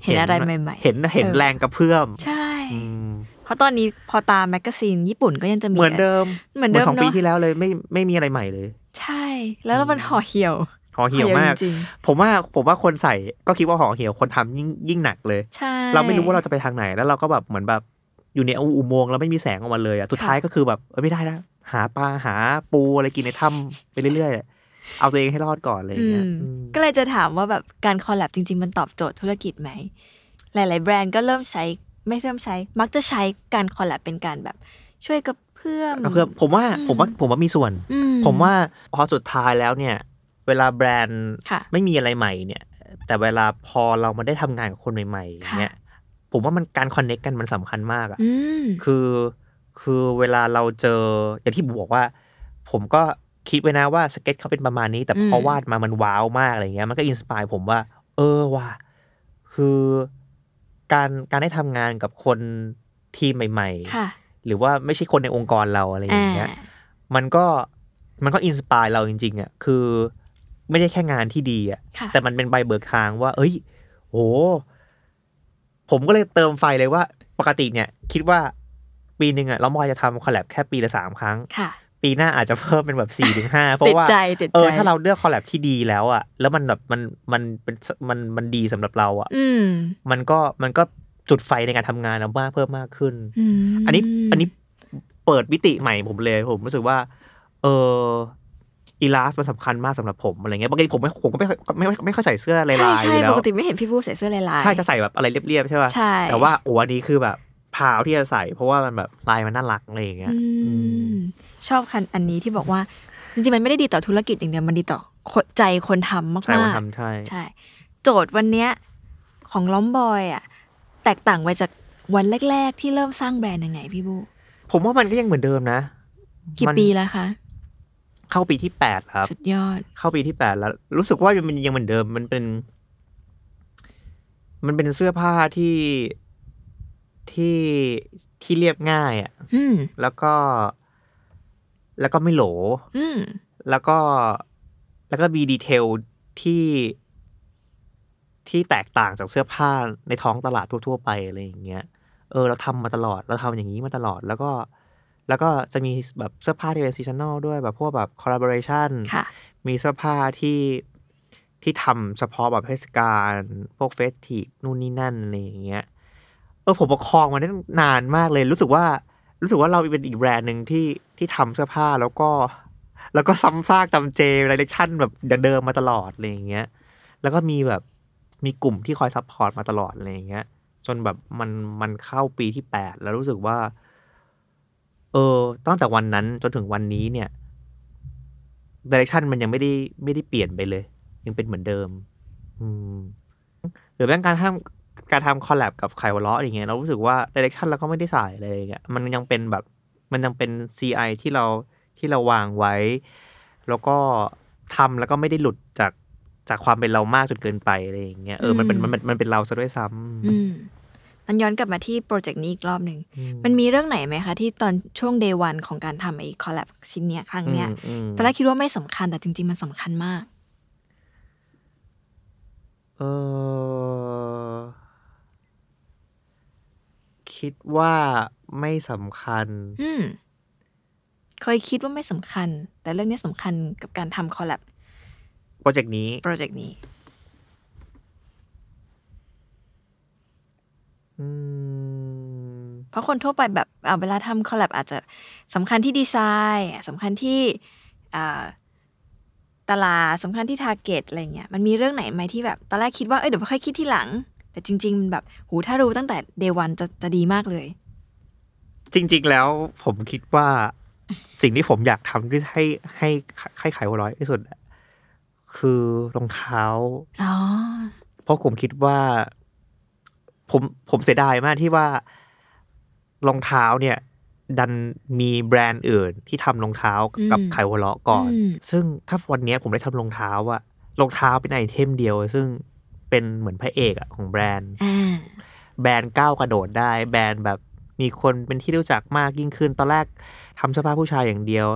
เห็นอะไรใหม่ๆเห็นเห็นแรงกระเพื่อมใช่เพราะตอนนี้พอตามแมกกาซีนญี่ปุ่นก็ยังจะมีเหมือนเดิมเหมือนเดิมสองปีที่แล้วเลยไม่ไม่มีอะไรใหม่เลยใช่แล้วมันห่อเหี่ยวห่อเหี่ยวมากผมว่าผมว่าคนใส่ก็คิดว่าห่อเหี่ยวคนทำยิ่งยิ่งหนักเลยเราไม่รู้ว่าเราจะไปทางไหนแล้วเราก็แบบเหมือนแบบอยู่ในอุโมงค์แล้วไม่มีแสงออกมาเลยอ่ะสุดท้ายก็คือแบบไม่ได้แล้วหาปลาหาปูอะไรกินในถ้ำไปเรื่อยๆเอาตัวเองให้รอดก่อนอะไรอย่างเงี้ยก็เลยจะถามว่าแบบการคอลแลบจริงๆมันตอบโจทย์ธุรกิจไหมหลายๆแบรนด์ก็เริ่มใช้ไม่เริ่มใช้มักจะใช้การคอลแลบเป็นการแบบช่วยกับเพื่อนกับเพื่อนผมว่าผมว่าผมว่ามีส่วนผมว่าพอสุดท้ายแล้วเนี่ยเวลาแบรนด์ไม่มีอะไรใหม่เนี่ยแต่เวลาพอเรามาได้ทำงานกับคนใหม่ๆเนี่ยผมว่ามันการคอนเนคกันมันสำคัญมากอ่ะคือคือเวลาเราเจออย่างที่บอกว่าผมก็คิดไว้นะว่าสเก็ตเขาเป็นประมาณนี้แต่พอวาดมามันว้าวมากอะไรเงี้ยมันก็อินสปายผมว่าเออว่ะคือการการได้ทำงานกับคนทีมใหม่ๆหรือว่าไม่ใช่คนในองค์กรเราอะไรอย่างเงี้ยมันก็มันก็อินสปายเราจริงๆอ่ะคือไม่ได้แค่งานที่ดีอ่ะแต่มันเป็นใบเบิกทางว่าเอ้ยโหผมก็เลยเติมไฟเลยว่าปกติเนี่ยคิดว่าปีนึงอ่ะเรามอยจะทำคอลแลบแค่ปีละสามครั้งปีหน้าอาจจะเพิ่มเป็นแบบ สี่ถึงห้า เพราะว่าเออถ้าเราเลือกคอลแลบที่ดีแล้วอ่ะแล้วมันแบบมันมันเป็นมันมันดีสำหรับเราอ่ะมันก็มันก็จุดไฟในการทำงานเรามากเพิ่มมากขึ้นอันนี้อันนี้เปิดมิติใหม่ผมเลยผมรู้สึกว่าเอออีลาสมันสำคัญมากสำหรับผมอะไรเงี้ยปกติผมไม่ผมก็ไม่ไม่ไม่ค่อยใส่เสื้อลายๆอยู่แล้วปกติไม่เห็นพี่ฟูใส่เสื้อลายๆใช่จะใส่แบบอะไรเรียบๆใช่ป่ะแต่ว่าโอ้อันนี้คือแบบพาวที่จะใส่เพราะว่ามันแบบลายมันน่ารักอะไรอย่างเงี้ยชอบคันอันนี้ที่บอกว่าจริงๆมันไม่ได้ดีต่อธุรกิจอย่างเดียวมันดีต่อใจคนทำมากๆใจคนทำใช่ใช่โจทย์วันเนี้ยของล้อมบอยอ่ะแตกต่างไปจากวันแรกๆที่เริ่มสร้างแบรนด์ยังไงพี่บูผมว่ามันก็ยังเหมือนเดิมนะกี่ปีแล้วคะเข้าปีที่แปดครับสุดยอดเข้าปีที่แปดแล้วรู้สึกว่ามันยังเหมือนเดิมมันเป็นมันเป็นเสื้อผ้าที่ที่ที่เรียบง่ายอ่ะแล้วก็แล้วก็ไม่โหลแล้วก็แล้วก็มีดีเทลที่ที่แตกต่างจากเสื้อผ้าในท้องตลาดทั่วๆไปอะไรอย่างเงี้ยเออเราทำมาตลอดเราทำอย่างนี้มาตลอดแล้วก็แล้วก็จะมีแบบเสื้อผ้าที่เป็นซีซันนอลด้วยแบบพวกแบบคอลลาบอเรชั่นมีเสื้อผ้าที่ที่ทำเฉพาะแบบเทศกาลพวกเฟสทีฟนู่นนี่นั่นอะไรอย่างเงี้ยเออผมประคองมาได้นานมากเลยรู้สึกว่ารู้สึกว่าเราเป็นอีกแบรนด์นึงที่ที่ทำเสื้อผ้าแล้วก็แล้วก็ซ้ำซากจำเจไดเรคชั่นแบบเดิมมาตลอดอะไรอย่างเงี้ยแล้วก็มีแบบมีกลุ่มที่คอยซัพพอร์ตมาตลอดอะไรอย่างเงี้ยจนแบบมันมันเข้าปีที่แปดแล้วรู้สึกว่าเออตั้งแต่วันนั้นจนถึงวันนี้เนี่ยไดเรคชั่นมันยังไม่ได้ไม่ได้เปลี่ยนไปเลยยังเป็นเหมือนเดิมอืมหรือแม้การทำการทำคอลแลบกับไขวะล้ออย่างเงี้ยเรารู้สึกว่าไดเรคชั่นเราก็ไม่ได้ใส่อะไรอย่างเงี้ยมันยังเป็นแบบมันยังเป็น ซี ไอ ที่เราที่เราวางไว้แล้วก็ทำแล้วก็ไม่ได้หลุดจากจากความเป็นเรามากจนเกินไปอะไรอย่างเงี้ยเออมันเป็นมันมันเป็นเราซะด้วยซ้ำมันย้อนกลับมาที่โปรเจกต์นี้อีกรอบหนึ่งมันมีเรื่องไหนไหมคะที่ตอนช่วง day one ของการทำไอ้คอลแลบชิ้นเนี้ยครั้งเนี้ยตอนแรกคิดว่าไม่สำคัญแต่จริงๆมันสำคัญมากเออคิดว่าไม่สำคัญอืมเคยคิดว่าไม่สำคัญแต่เรื่องนี้สำคัญกับการทำคอลแลบโปรเจกต์นี้โปรเจกต์นี้อืมเพราะคนทั่วไปแบบเวลาทำคอลแลบอาจจะสำคัญที่ดีไซน์สำคัญที่ตลาดสำคัญที่ทาร์เก็ตอะไรเงี้ยมันมีเรื่องไหนไหมที่แบบตอนแรกคิดว่าเอ้ยเดี๋ยวค่อยคิดที่หลังแต่จริงๆมันแบบหูถ้ารู้ตั้งแต่ day one จะจะดีมากเลยจริงๆแล้วผมคิดว่าสิ่งที่ผมอยากทำที่ให้ให้ให้ขายหัวร้อยที่สุดคือรองเท้าอ๋อเพราะผมคิดว่าผมผมเสียดายมากที่ว่ารองเท้าเนี่ยดันมีแบรนด์อื่นที่ทำรองเท้ากับไขหัวเราะก่อนซึ่งถ้าวันนี้ผมได้ทำรองเท้าอะรองเท้าเป็นไอเทมเดียวซึ่งเป็นเหมือนพระเอกอะของแบรนด์แบรนด์ก้าวกระโดดได้แบรนด์แบบมีคนเป็นที่รู้จักมากยิ่งขึ้นตอนแรกทำเสื้อผ้าผู้ชายอย่างเดียว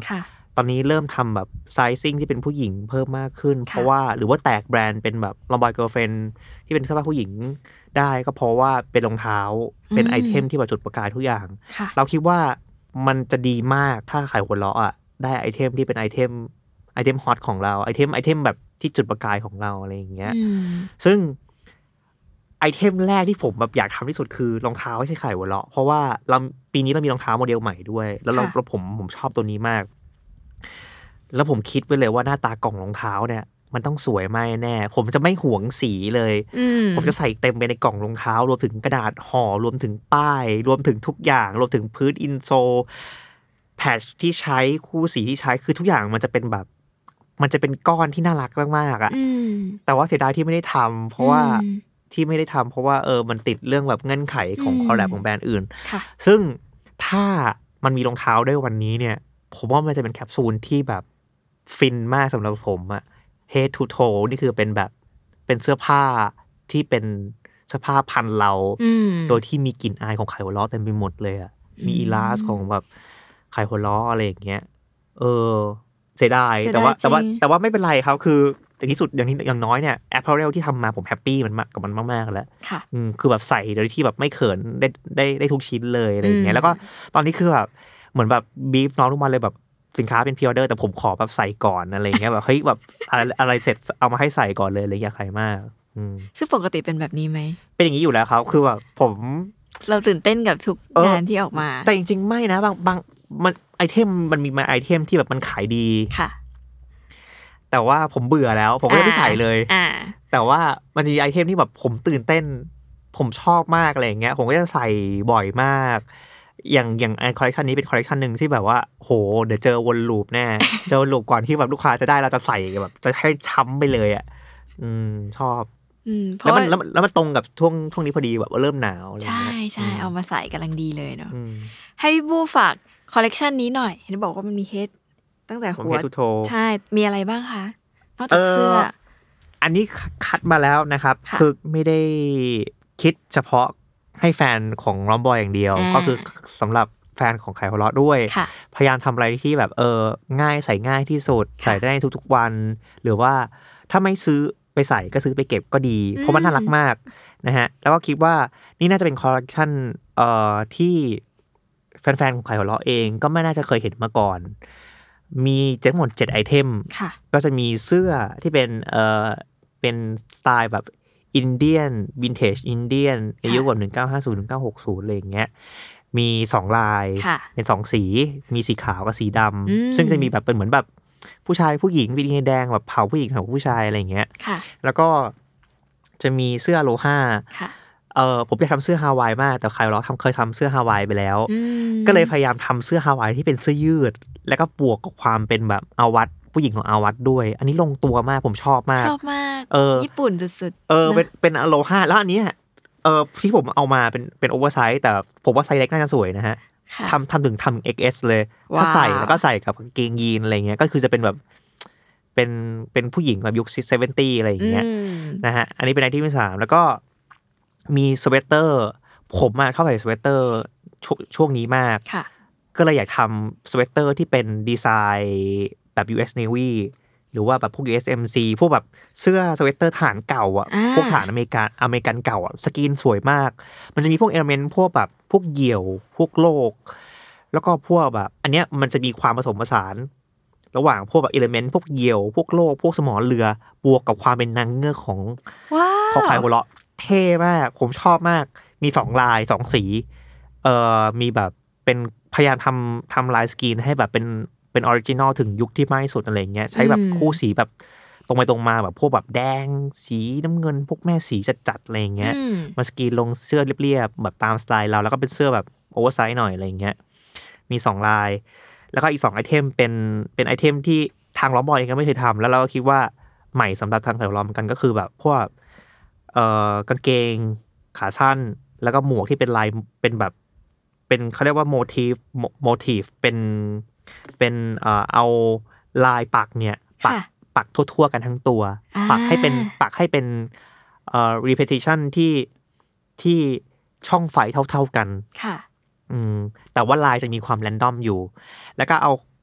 ตอนนี้เริ่มทำแบบไซซิ่งที่เป็นผู้หญิงเพิ่มมากขึ้นเพราะว่าหรือว่าแตกแบรนด์เป็นแบบลองบอยเกิร์ลเฟรนด์ที่เป็นเสื้อผ้าผู้หญิงได้ก็เพราะว่าเป็นรองเท้าเป็นไอเทมที่แบบจุดประกายทุกอย่างเราคิดว่ามันจะดีมากถ้าขายหัวเราะอ่ะได้ไอเทมที่เป็นไอเทมไอเทมฮอตของเราไอเทมไอเทมแบบที่จุดประกายของเราอะไรอย่างเงี้ยซึ่งไอเทมแรกที่ผมแบบอยากทำที่สุดคือรองเท้าไม่ใช่ขายหัวเราะเพราะว่าเราปีนี้เรามีรองเท้าโมเดลใหม่ด้วยแล้วเราผมผมชอบตัวนี้มากแล้วผมคิดไปเลยว่าหน้าตากล่องรองเท้าเนี่ยมันต้องสวยมากแน่ผมจะไม่หวงสีเลยผมจะใส่เต็มไปในกล่องรองเท้ารวมถึงกระดาษห่อรวมถึงป้ายรวมถึงทุกอย่างรวมถึงพื้นอินโซลแพทช์ที่ใช้คู่สีที่ใช้คือทุกอย่างมันจะเป็นแบบมันจะเป็นก้อนที่น่ารักมากๆอ่ะแต่ว่าเสียดายที่ไม่ได้ทำเพราะว่าที่ไม่ได้ทำเพราะว่าเออมันติดเรื่องแบบเงื่อนไขของคอลแลบของแบรนด์อื่นซึ่งถ้ามันมีรองเท้าได้วันนี้เนี่ยผมว่ามันจะเป็นแคปซูลที่แบบฟินมากสำหรับผมอะ head to toe นี่คือเป็นแบบเป็นเสื้อผ้าที่เป็นเสื้อผ้าพันเราโดยที่มีกลิ่นอายของไข่หัวล้อเต็มไปหมดเลยอะมีอีลาสของแบบไข่หัวล้ออะไรอย่างเงี้ยเออเสียดายแต่ว่าแต่ว่าแต่ว่าไม่เป็นไรครับคือแต่ที่สุดอย่างนี้อย่างน้อยเนี่ย apparel ที่ทำมาผมแฮปปี้มันมากกับมันมากๆแล้วอืมคือแบบใส่โดยที่แบบไม่เขินได้ได้ได้ทุกชิ้นเลยอะไรอย่างเงี้ยแล้วก็ตอนนี้คือแบบเหมือนแบบบีฟน้องทุกวันเลยแบบสินค้าเป็นพรีออเดอร์แต่ผมขอแบบใส่ก่อนอะไรเงี้ยแบบเฮ้ยแบบอะไรอะไรเสร็จเอามาให้ใส่ก่อนเลยเลยอยากใครมากอืมซึ่งปกติเป็นแบบนี้ไหมเป็นอย่างนี้อยู่แล้วครับคือแบบผมเราตื่นเต้นกับทุกงานที่ออกมาแต่จริงๆไม่นะบางบางมันไอเทมมันมีมาไอเทมที่แบบมันขายดีค่ะแต่ว่าผมเบื่อแล้วผมก็ไม่ได้ใส่เลยแต่ว่ามันจะมีไอเทมที่แบบผมตื่นเต้นผมชอบมากอะไรอย่างเงี้ยผมก็จะใส่บ่อยมากอย่างอย่างไอคอลเลคชันนี้เป็นคอลเลคชันนึงที่แบบว่าโหเดี๋ยวเจอวนลูปแน่เจอวนลูปก่อนที่แบบลูกค้าจะได้เราจะใส่แบบจะให้ช้ำไปเลยอ่ะอืมชอบแล้วมันแล้วมันตรงกับช่วงช่วงนี้พอดีแบบว่าเริ่มหนาวใช่ใช่เอามาใส่กำลังดีเลยเนาะให้พี่บูฝากคอลเลคชันนี้หน่อยเห็นบอกว่ามันมีเฮดตั้งแต่หัวใช่มีอะไรบ้างคะนอกจากเสื้ออันนี้คัดมาแล้วนะครับคือไม่ได้คิดเฉพาะให้แฟนของร้อมบอยอย่างเดียวก็คือสำหรับแฟนของไข่หัวเราะด้วยพยายามทำอะไรที่แบบเออง่ายใส่ง่ายที่สุดใส่ได้ทุกๆวันหรือว่าถ้าไม่ซื้อไปใส่ก็ซื้อไปเก็บก็ดีเพราะมันน่ารักมากนะฮะแล้วก็คิดว่านี่น่าจะเป็นคอลเลคชันเอ่อที่แฟนๆของไข่หัวเราะเองก็ไม่น่าจะเคยเห็นมาก่อนมีทั้งหมดเจ็ดไอเทมก็จะมีเสื้อที่เป็นเอ่อเป็นสไตล์แบบอินเดียนวินเทจอินเดียนอายุแบบหนึ่งพันเก้าร้อยห้าสิบ ถึงหนึ่งพันเก้าร้อยหกสิบอะไรอย่างเงี้ยมีสองลายเป็นสองสีมีสีขาวกับสีดำซึ่งจะมีแบบเป็นเหมือนแบบผู้ชายผู้หญิงวินเทจแดงแบบเผาผู้หญิงเผาผู้ชายอะไรอย่างเงี้ยแล้วก็จะมีเสื้อโลห้าเออผมอยากทำเสื้อฮาวายมากแต่ใครเราทำเคยทำเสื้อฮาวายไปแล้วก็เลยพยายามทำเสื้อฮาวายที่เป็นเสื้อยืดแล้วก็บวกกับความเป็นแบบอาวัตผู้หญิงของอาวัตด้วยอันนี้ลงตัวมากผมชอบมากชอบมากเออญี่ปุ่นสุดๆเออเป็นเป็นอโลฮาแล้วอันนี้เออที่ผมเอามาเป็นเป็นโอเวอร์ไซส์แต่ผมว่าไซส์เล็กน่าจะสวยนะฮะทำทำถึงทำ เอ็กซ์ เอส เลยถ้าใส่แล้วก็ใส่กับกางเกงยีนอะไรเงี้ยก็คือจะเป็นแบบเป็นเป็นผู้หญิงแบบยุคเซเวนตี้อะไรอย่างเงี้ยนะฮะอันนี้เป็นไอที่ที่สามแล้วก็มีสเวตเตอร์ผมอะชอบใส่สเวตเตอร์ช่วงนี้มากก็เลยอยากทำสเวตเตอร์ที่เป็นดีไซน์แบบ ยู เอส Navy หรือว่าแบบพวก ยู เอส เอ็ม ซี พวกแบบเสื้อสเวตเตอร์ฐานเก่าอ่ะพวกฐานอเมริกันอเมริกันเก่าอ่ะสกรีนสวยมากมันจะมีพวกเอลิเมนต์พวกแบบพวกเหยี่ยวพวกโลกแล้วก็พวกแบบอันเนี้ยมันจะมีความผสมผสานระหว่างพวกแบบเอลิเมนต์พวกเหยี่ยวพวกโลกพวกสมอเรือบวกกับความเป็นนางเงือกของของไข่หัวเราะเท่มากผมชอบมากมีสองลายสองสีเอ่อมีแบบเป็นพยายามทำทำลายสกรีนให้แบบเป็นเป็นออริจินอลถึงยุคที่มากที่สุดอะไรเงี้ยใช้แบบคู่สีแบบตรงไปตรงมาแบบพวกแบบแดงสีน้ำเงินพวกแม่สีจัดๆอะไรเงี้ยมาสกรีนลงเสื้อเรียบๆแบบตามสไตล์เราแล้วก็เป็นเสื้อแบบโอเวอร์ไซส์หน่อยอะไรเงี้ยมีสองลายแล้วก็อีกสองไอเทมเป็นเป็นไอเทมที่ทางล้อมบอยเองก็ไม่เคยทำแล้วเราก็คิดว่าใหม่สำหรับทางไข่ล้อมกันก็คือแบบพวกเอ่อกางเกงขาสั้นแล้วก็หมวกที่เป็นลายเป็นแบบเป็นเขาเรียกว่าโมทีฟโมทีฟเป็นเป็นเอ่อเอาลายปักเนี่ยปักปักทั่วๆกันทั้งตัวปักให้เป็นปักให้เป็นเอ่อ repetition ที่ที่ช่องไฟเท่าๆกันค่ะอืมแต่ว่าลายจะมีความแรนดอมอยู่แล้วก็เอา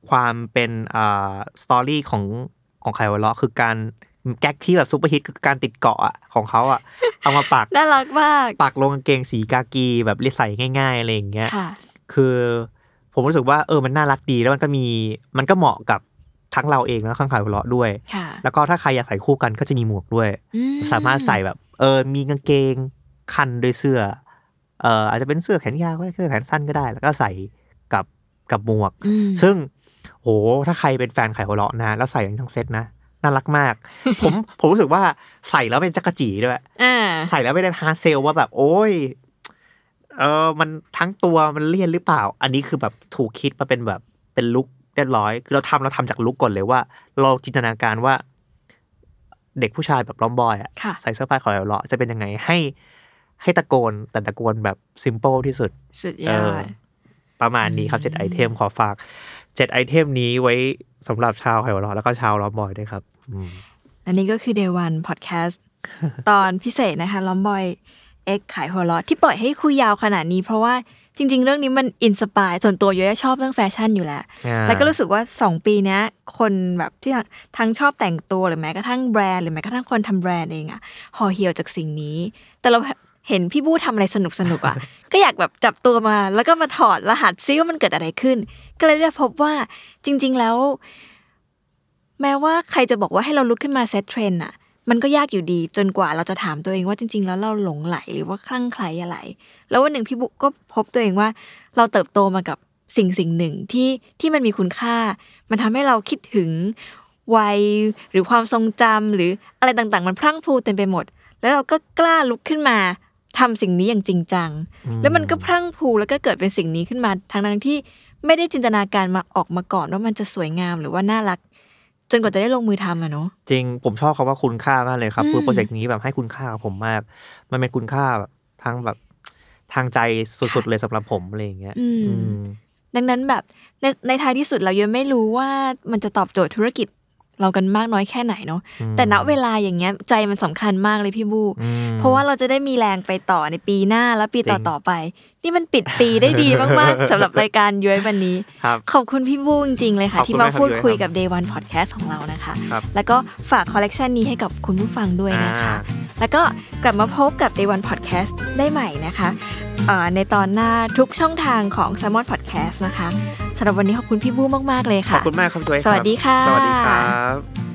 ความเป็นอ่าสตอรี่ของของไข่หัวเราะคือการแก๊กที่แบบซุปเปอร์ฮิตคือการติดเกาะอ่ะของเขาอ่ะเอามาปักน่ารักมากปักลงกางเกงสีกากีแบบเรียใส่ง่ายๆอะไรอย่างเงี้ยคือผมรู้สึกว่าเออมันน่ารักดีแล้วมันก็มีมันก็เหมาะกับทั้งเราเองแล้วข้างไข่หัวเราะด้วยแล้วก็ถ้าใครอยากใส่คู่กันก็จะมีหมวกด้วยสามารถใส่แบบเออมีกางเกงคันด้วยเสื้อเอ่ออาจจะเป็นเสื้อแขนยาวก็ได้เสื้อแขนสั้นก็ได้แล้วก็ใส่กับกับหมวกซึ่งโหถ้าใครเป็นแฟนไข่หัวเราะนะแล้วใส่ทั้งเซตนะน่ารักมากผมผมรู้สึกว่าใส่แล้วเป็นจักรจีด้วยใส่แล้วไม่ได้ฮาร์ดเซลว่าแบบโอ้ยเออมันทั้งตัวมันเลี่ยนหรือเปล่าอันนี้คือแบบถูกคิดมาเป็นแบบเป็นลุคเรียบร้อยคือเราทำเราทำจากลุคก่อนเลยว่าเราจินตนาการว่าเด็กผู้ชายแบบล้อมบอยอ่ะใส่เสื้อผ้าไข่หัวเราะจะเป็นยังไงให้ให้ตะโกนแต่ตะโกนแบบซิมเปิลที่สุดสุดยอดประมาณนี้ครับเจ็ดไอเทมขอฝากเจ็ดไอเทมนี้ไว้สำหรับชาวไข่หัวเราะแล้วก็ชาวล้อมบอยด้วยครับอันนี้ก็คือ Day One Podcast ตอนพิเศษนะคะล้อมบอยเอ็กขายหัวเราะที่ปล่อยให้คุยยาวขนาดนี้เพราะว่าจริงๆเรื่องนี้มันอินสปายส่วนตัวโยชอบเรื่องแฟชั่นอยู่แล้วแล้วก็รู้สึกว่าสองปีนี้คนแบบที่ทั้งชอบแต่งตัวหรือแม้กระทั่งแบรนด์หรือแม้กระทั่งคนทำแบรนด์เองอะห่อเหี่ยวจากสิ่งนี้แต่เราเห็นพี่บู้ทำอะไรสนุกๆอ่ะ ก็อยากแบบจับตัวมาแล้วก็มาถอดรหัสซิว่ามันเกิดอะไรขึ้นก็เลยได้พบว่าจริงๆแล้วแม้ว่าใครจะบอกว่าให้เราลุกขึ้นมาเซตเทรนด์อ่ะมันก็ยากอยู่ดีจนกว่าเราจะถามตัวเองว่าจริงๆแล้วเราหลงไหลหรือว่าคลั่งไคล้อะไรแล้ววันหนึ่งพี่บุ๊กก็พบตัวเองว่าเราเติบโตมากับสิ่งสิ่งหนึ่งที่ที่มันมีคุณค่ามันทำให้เราคิดถึงวัยหรือความทรงจำหรืออะไรต่างๆมันพรั่งพรูเต็มไปหมดแล้วเราก็กล้าลุกขึ้นมาทำสิ่งนี้อย่างจริงจังแล้วมันก็พรั่งพรูแล้วก็เกิดเป็นสิ่งนี้ขึ้นมาทั้งๆที่ไม่ได้จินตนาการมาออกมาก่อนว่ามันจะสวยงามหรือว่าน่ารักจนกว่าจะได้ลงมือทำอะเนาะจริงผมชอบคำว่าคุณค่ามากเลยครับคือโปรเจกต์นี้แบบให้คุณค่ากับผมมากมันเป็นคุณค่าแบบทั้งแบบทางใจสุดๆเลยสำหรับผมอะไรอย่างเงี้ยดังนั้นแบบในในท้ายที่สุดเรายังไม่รู้ว่ามันจะตอบโจทย์ธุรกิจเรากันมากน้อยแค่ไหนเนาะแต่ณเวลาอย่างเงี้ยใจมันสำคัญมากเลยพี่บูเพราะว่าเราจะได้มีแรงไปต่อในปีหน้าแล้วปีต่อๆไปนี่มันปิดปีได้ดีมากๆสำหรับรายการย้อยวันนี้ขอบคุณพี่บูจริงๆเลยค่ะที่มาพูดคุยกับ Day One Podcast ของเรานะคะแล้วก็ฝากคอลเลกชันนี้ให้กับคุณผู้ฟังด้วยนะคะแล้วก็กลับมาพบกับ Day One Podcast ได้ใหม่นะคะในตอนหน้าทุกช่องทางของ Salmon Podcast นะคะสำหรับวันนี้ขอบคุณพี่บูมากๆเลยค่ะขอบคุณมากครับด้วยสวัสดีค่ะสวัสดีครับ